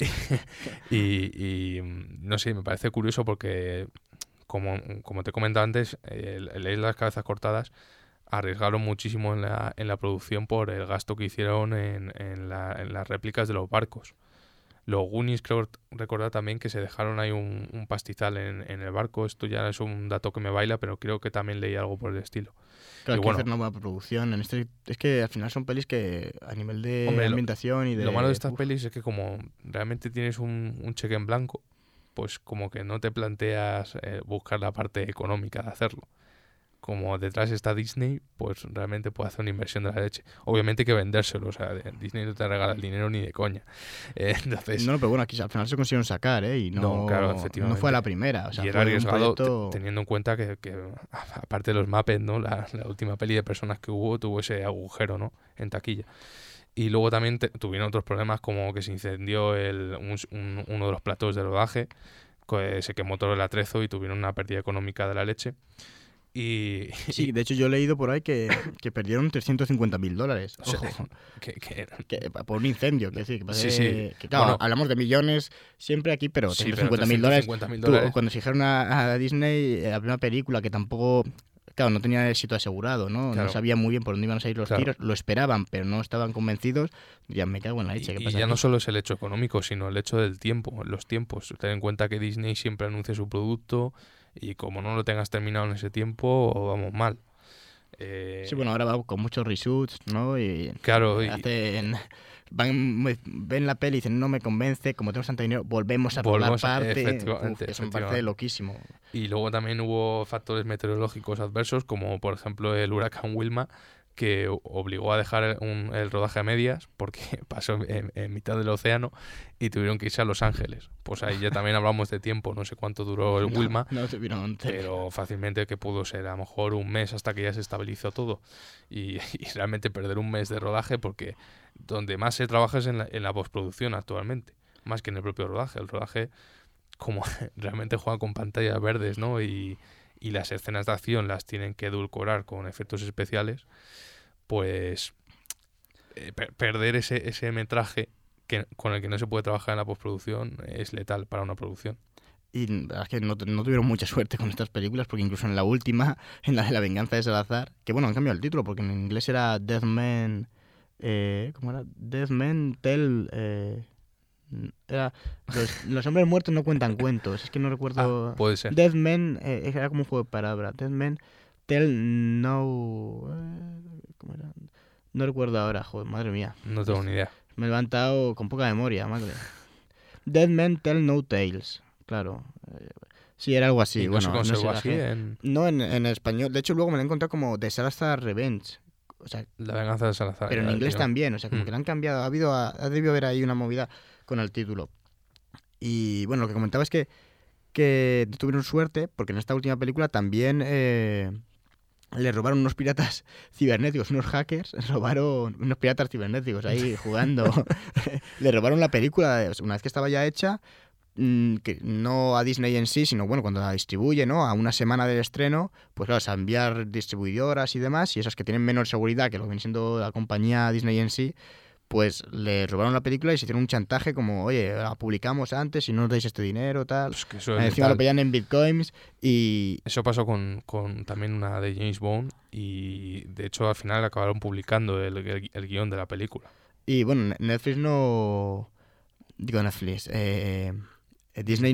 No sé, me parece curioso porque, como te comentaba antes, el Las Cabezas Cortadas arriesgaron muchísimo en la producción por el gasto que hicieron en las réplicas de los barcos. Los Goonies creo recordar también que se dejaron ahí un pastizal en el barco. Esto ya es un dato que me baila, pero creo que también leí algo por el estilo. Claro, Y hay que bueno, hacer una buena producción. Es que al final son pelis que a nivel de hombre, ambientación y de. lo malo de estas Uf, pelis es que como realmente tienes un cheque en blanco, pues como que no te planteas buscar la parte económica de hacerlo. Como detrás está Disney, pues realmente puede hacer una inversión de la leche. Obviamente hay que vendérselo, o sea, Disney no te regala el dinero ni de coña. Entonces, no, pero bueno, aquí al final se consiguieron sacar, ¿eh? Y no, claro, no fue a efectivamente. la primera. O sea, Y era fue un arriesgado proyecto. teniendo en cuenta que aparte de los Muppets, ¿no? La última peli de personas que hubo tuvo ese agujero, ¿no? En taquilla. Y luego también tuvieron otros problemas como que se incendió uno de los platós de rodaje, que se quemó todo el atrezo y tuvieron una pérdida económica de la leche. Y, Sí, de hecho yo he leído por ahí que perdieron $350.000. o sea, Ojo, que por un incendio, que decir, que, sí, sí. que claro, Bueno, hablamos de millones siempre aquí, pero sí, pero $350.000. 350.000 Tú, dólares. cuando se dijeron a Disney, la primera película que tampoco, claro, no tenía éxito asegurado, ¿no? Claro, No sabían muy bien por dónde iban a salir los claro. tiros, lo esperaban, pero no estaban convencidos. Ya me cago en la leche, ¿qué Y pasa ya no aquí? solo es el hecho económico, sino el hecho del tiempo, los tiempos. Ten en cuenta que Disney siempre anuncia su producto y como no lo tengas terminado en ese tiempo, vamos mal. Sí, bueno, ahora va con muchos reshoots, ¿no? Y Claro, hacen... ven la peli y dicen, no me convence, como tenemos tanto dinero, volvemos a rodar parte. efectivamente, Eso me parece loquísimo. Y luego también hubo factores meteorológicos adversos, como por ejemplo el huracán Wilma, que obligó a dejar el rodaje a medias porque pasó en mitad del océano y tuvieron que irse a Los Ángeles. Pues ahí ya también hablamos de tiempo, no sé cuánto duró el Wilma, No tuvieron pero fácilmente que pudo ser a lo mejor un mes hasta que ya se estabilizó todo. Y realmente perder un mes de rodaje, porque donde más se trabaja es en la postproducción actualmente, más que en el propio rodaje. El rodaje, como realmente juega con pantallas verdes, ¿no? Y las escenas de acción las tienen que edulcorar con efectos especiales, pues perder ese metraje con el que no se puede trabajar en la postproducción es letal para una producción. Y la verdad es que no tuvieron mucha suerte con estas películas, porque incluso en la última, en la de La venganza de Salazar, que bueno, han cambiado el título, porque en inglés era Death Man... ¿cómo era? Death Man Tell... era los hombres muertos no cuentan cuentos, es que no recuerdo... puede ser. Death Man era como un juego de palabras. Death Man Tell No... ¿cómo era? No recuerdo ahora, joder, madre mía. No tengo ni idea. Me he levantado con poca memoria, madre. Dead Men Tell No Tales, claro. Sí, era algo así. ¿Y no bueno, se conservó no sé, así en No, en español. De hecho, luego me lo he encontrado como The Salazar Revenge. O sea, La venganza de Salazar? pero en ya, inglés tío. también. O sea, como que le han cambiado. Ha debido haber ahí una movida con el título. Y bueno, lo que comentaba es que tuvieron suerte, porque en esta última película también le robaron unos piratas cibernéticos, unos hackers, robaron unos piratas cibernéticos ahí jugando. Le robaron la película una vez que estaba ya hecha, que no a Disney en sí, sino bueno, cuando la distribuye, ¿no? A una semana del estreno, pues claro, a enviar distribuidoras y demás, y esas que tienen menor seguridad, que lo que viene siendo la compañía Disney en sí, pues le robaron la película y se hicieron un chantaje como, oye, la publicamos antes y no nos dais este dinero, tal. Pues que eso es Encima letal. lo pedían en bitcoins y... Eso pasó con también una de James Bond, y de hecho al final acabaron publicando el guión de la película. Y bueno, Netflix no... Digo Netflix. Disney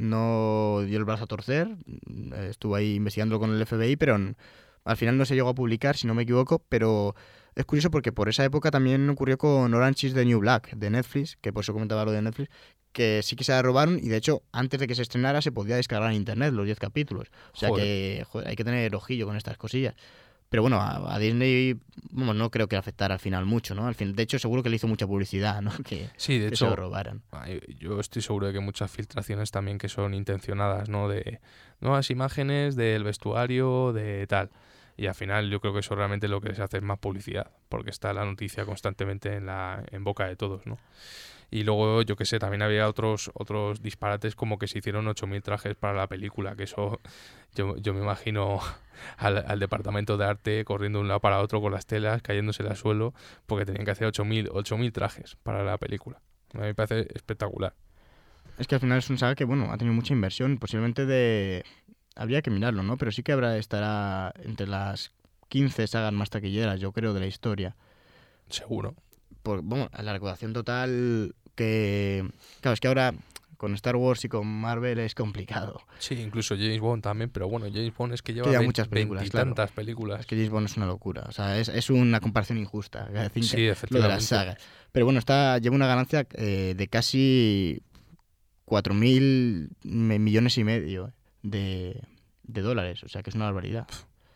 no dio el brazo a torcer. Estuvo ahí investigando con el FBI, pero al final no se llegó a publicar, si no me equivoco. Pero es curioso porque por esa época también ocurrió con Orange is the New Black de Netflix, que por eso comentaba lo de Netflix, que sí que se la robaron y de hecho antes de que se estrenara se podía descargar en internet los 10 capítulos. O sea que joder, hay que tener ojillo con estas cosillas. Pero bueno, a Disney bueno, no creo que le afectara al final mucho, ¿no? Al fin, de hecho, seguro que le hizo mucha publicidad, ¿no? Sí, de que hecho, se lo robaran. yo estoy seguro de que muchas filtraciones también que son intencionadas, ¿no? De nuevas imágenes del vestuario, de tal. Y al final yo creo que eso realmente lo que se hace es más publicidad, porque está la noticia constantemente en boca de todos, ¿no? Y luego, yo qué sé, también había otros disparates, como que se hicieron 8.000 trajes para la película, que eso yo me imagino al departamento de arte corriendo de un lado para otro con las telas, cayéndose al suelo, porque tenían que hacer 8.000 trajes para la película. A mí me parece espectacular. Es que al final es un saga que, bueno, ha tenido mucha inversión, posiblemente de... Habría que mirarlo, ¿no? Pero sí que estará entre las 15 sagas más taquilleras, yo creo, de la historia. Seguro. Bueno, la recaudación total que... Claro, es que ahora con Star Wars y con Marvel es complicado. Sí, incluso James Bond también, pero bueno, James Bond es que lleva muchas películas, veintitantas claro. películas. Es que James Bond es una locura. O sea, es una comparación injusta. Sí, Lo de las sagas. Pero bueno, lleva una ganancia de casi 4.000 millones y medio de dólares. O sea, que es una barbaridad.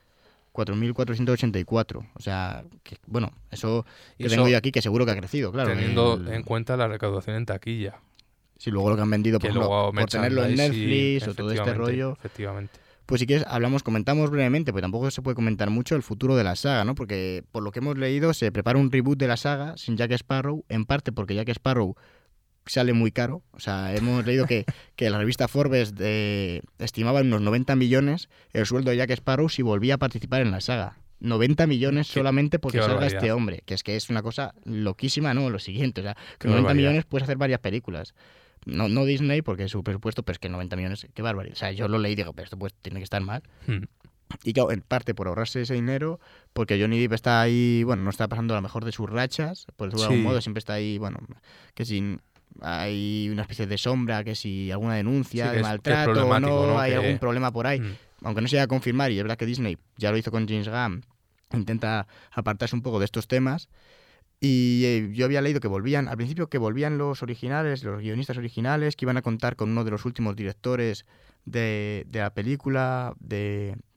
4.484. O sea, que, bueno, eso que tengo yo aquí, que seguro que ha crecido, claro. Teniendo en cuenta la recaudación en taquilla. Si luego lo que han vendido, por ejemplo, por tenerlo en Netflix sí, o todo este rollo. Efectivamente. Pues si quieres, comentamos brevemente, pues tampoco se puede comentar mucho el futuro de la saga, ¿no? Porque por lo que hemos leído se prepara un reboot de la saga sin Jack Sparrow, en parte porque Jack Sparrow sale muy caro. O sea, hemos leído que la revista Forbes estimaba en unos 90 millones el sueldo de Jack Sparrow si volvía a participar en la saga. 90 millones solamente porque salga este hombre, que es una cosa loquísima, ¿no? Lo siguiente, o sea, con 90 millones puedes hacer varias películas. No Disney, porque su presupuesto, pero es que 90 millones, qué barbaridad. O sea, yo lo leí y digo, pero esto pues tiene que estar mal. Y claro, en parte por ahorrarse ese dinero, porque Johnny Depp está ahí, bueno, no está pasando a lo mejor de sus rachas, por decirlo de algún modo, siempre está ahí, bueno, que si hay una especie de sombra, que si alguna denuncia de maltrato o no, hay algún problema por ahí. Aunque no se llega a confirmar, y es verdad que Disney ya lo hizo con James Gunn, intenta apartarse un poco de estos temas. Y yo había leído que volvían, al principio que volvían los originales, los guionistas originales, que iban a contar con uno de los últimos directores de la película, de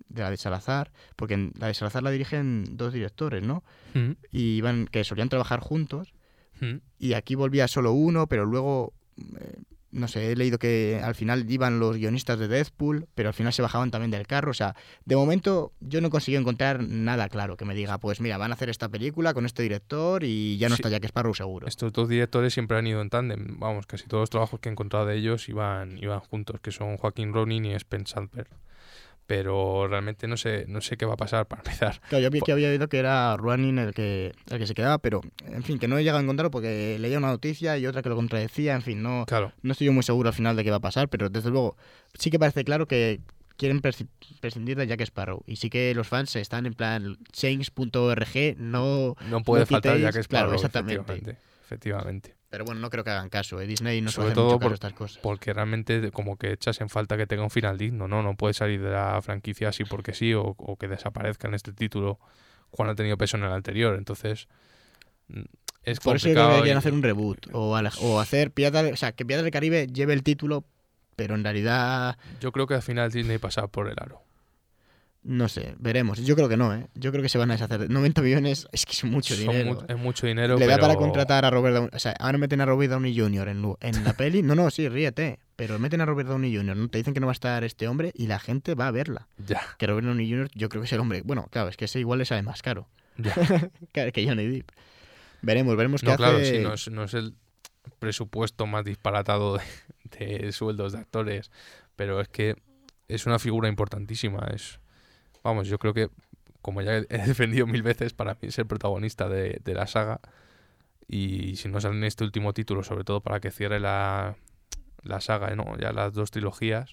la de Salazar, porque en la de Salazar la dirigen 2 directores, ¿no? Y que solían trabajar juntos, y aquí volvía solo uno, pero luego, no sé, he leído que al final iban los guionistas de Deadpool, pero al final se bajaban también del carro. O sea, de momento yo no consigo encontrar nada claro que me diga, pues mira, van a hacer esta película con este director y ya no está Jack Sparrow seguro. Estos 2 directores siempre han ido en tándem. Vamos, casi todos los trabajos que he encontrado de ellos iban juntos, que son Joaquín Ronin y Spence Sandberg. Pero realmente no sé qué va a pasar para empezar. Claro, yo que había oído que era Ronin el que se quedaba, pero en fin, que no he llegado a encontrarlo porque leía una noticia y otra que lo contradecía. En fin, no estoy yo muy seguro al final de qué va a pasar, pero desde luego sí que parece claro que quieren prescindir de Jack Sparrow. Y sí que los fans están en plan change.org, no puede faltar Jack Sparrow. Claro, exactamente. Efectivamente. Pero bueno, no creo que hagan caso. Disney no sobre suele hacer todo mucho caso a estas cosas. Porque realmente como que echas en falta que tenga un final digno, ¿no? No puede salir de la franquicia así porque sí, o que desaparezca en este título cuando ha tenido peso en el anterior. Entonces es por complicado. Por eso yo creo que deberían hacer un reboot o hacer Piratas, o sea, que Piratas del Caribe lleve el título, pero en realidad... Yo creo que al final Disney pasa por el aro. No sé, veremos. Yo creo que no, ¿eh? Yo creo que se van a deshacer. 90 millones es que es mucho dinero. Es mucho dinero, Le da para contratar a Robert Downey... O sea, ahora meten a Robert Downey Jr. en la peli. No, sí, ríete. Pero meten a Robert Downey Jr., ¿no? Te dicen que no va a estar este hombre y la gente va a verla. Ya. Que Robert Downey Jr. yo creo que es el hombre... Bueno, claro, es que ese igual le sale más caro. Ya. que Johnny Depp. Veremos qué hace... No, claro, sí, no es el presupuesto más disparatado de sueldos de actores, pero es que es una figura importantísima, Vamos, yo creo que, como ya he defendido 1000 veces, para mí es el protagonista de la saga. Y si no sale en este último título, sobre todo para que cierre la saga, ¿no? Ya las 2 trilogías,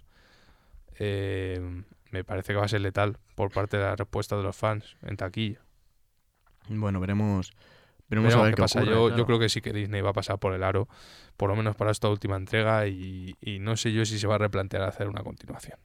me parece que va a ser letal por parte de la respuesta de los fans en taquilla. Bueno, veremos a ver qué pasa. Ocurre, Yo claro. creo que sí que Disney va a pasar por el aro, por lo menos para esta última entrega, y no sé yo si se va a replantear hacer una continuación.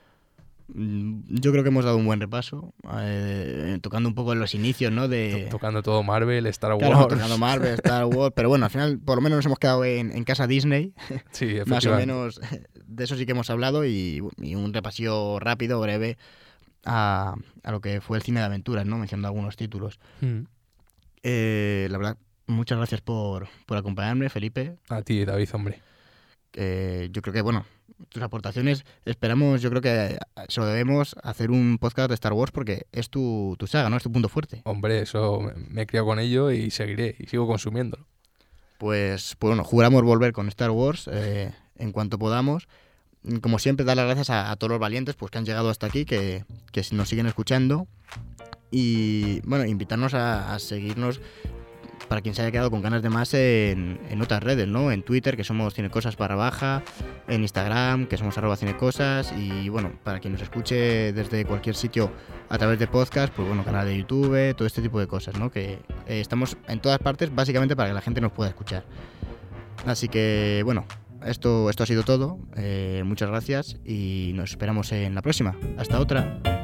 Yo creo que hemos dado un buen repaso, tocando un poco en los inicios, ¿no? Tocando todo Marvel, Star Wars. Claro, tocando Marvel, Star Wars, pero bueno, al final por lo menos nos hemos quedado en casa Disney. Sí, más o menos de eso sí que hemos hablado y un repasillo rápido, breve, a lo que fue el cine de aventuras, ¿no? Mencionando algunos títulos. La verdad, muchas gracias por acompañarme, Felipe. A ti, David, hombre. Yo creo que, bueno, tus aportaciones, esperamos, yo creo que se lo debemos hacer un podcast de Star Wars porque es tu saga, ¿no? Es tu punto fuerte. Hombre, eso me he criado con ello y seguiré, y sigo consumiéndolo. Pues bueno, juramos volver con Star Wars en cuanto podamos. Como siempre, dar las gracias a todos los valientes pues que han llegado hasta aquí, que nos siguen escuchando. Y bueno, invitarnos a seguirnos para quien se haya quedado con ganas de más en otras redes, ¿no? En Twitter, que somos cinecosas_, en Instagram, que somos @cinecosas, y bueno, para quien nos escuche desde cualquier sitio a través de podcast, pues bueno, canal de YouTube, todo este tipo de cosas, ¿no? Que estamos en todas partes básicamente para que la gente nos pueda escuchar. Así que bueno, esto ha sido todo. Muchas gracias y nos esperamos en la próxima. Hasta otra.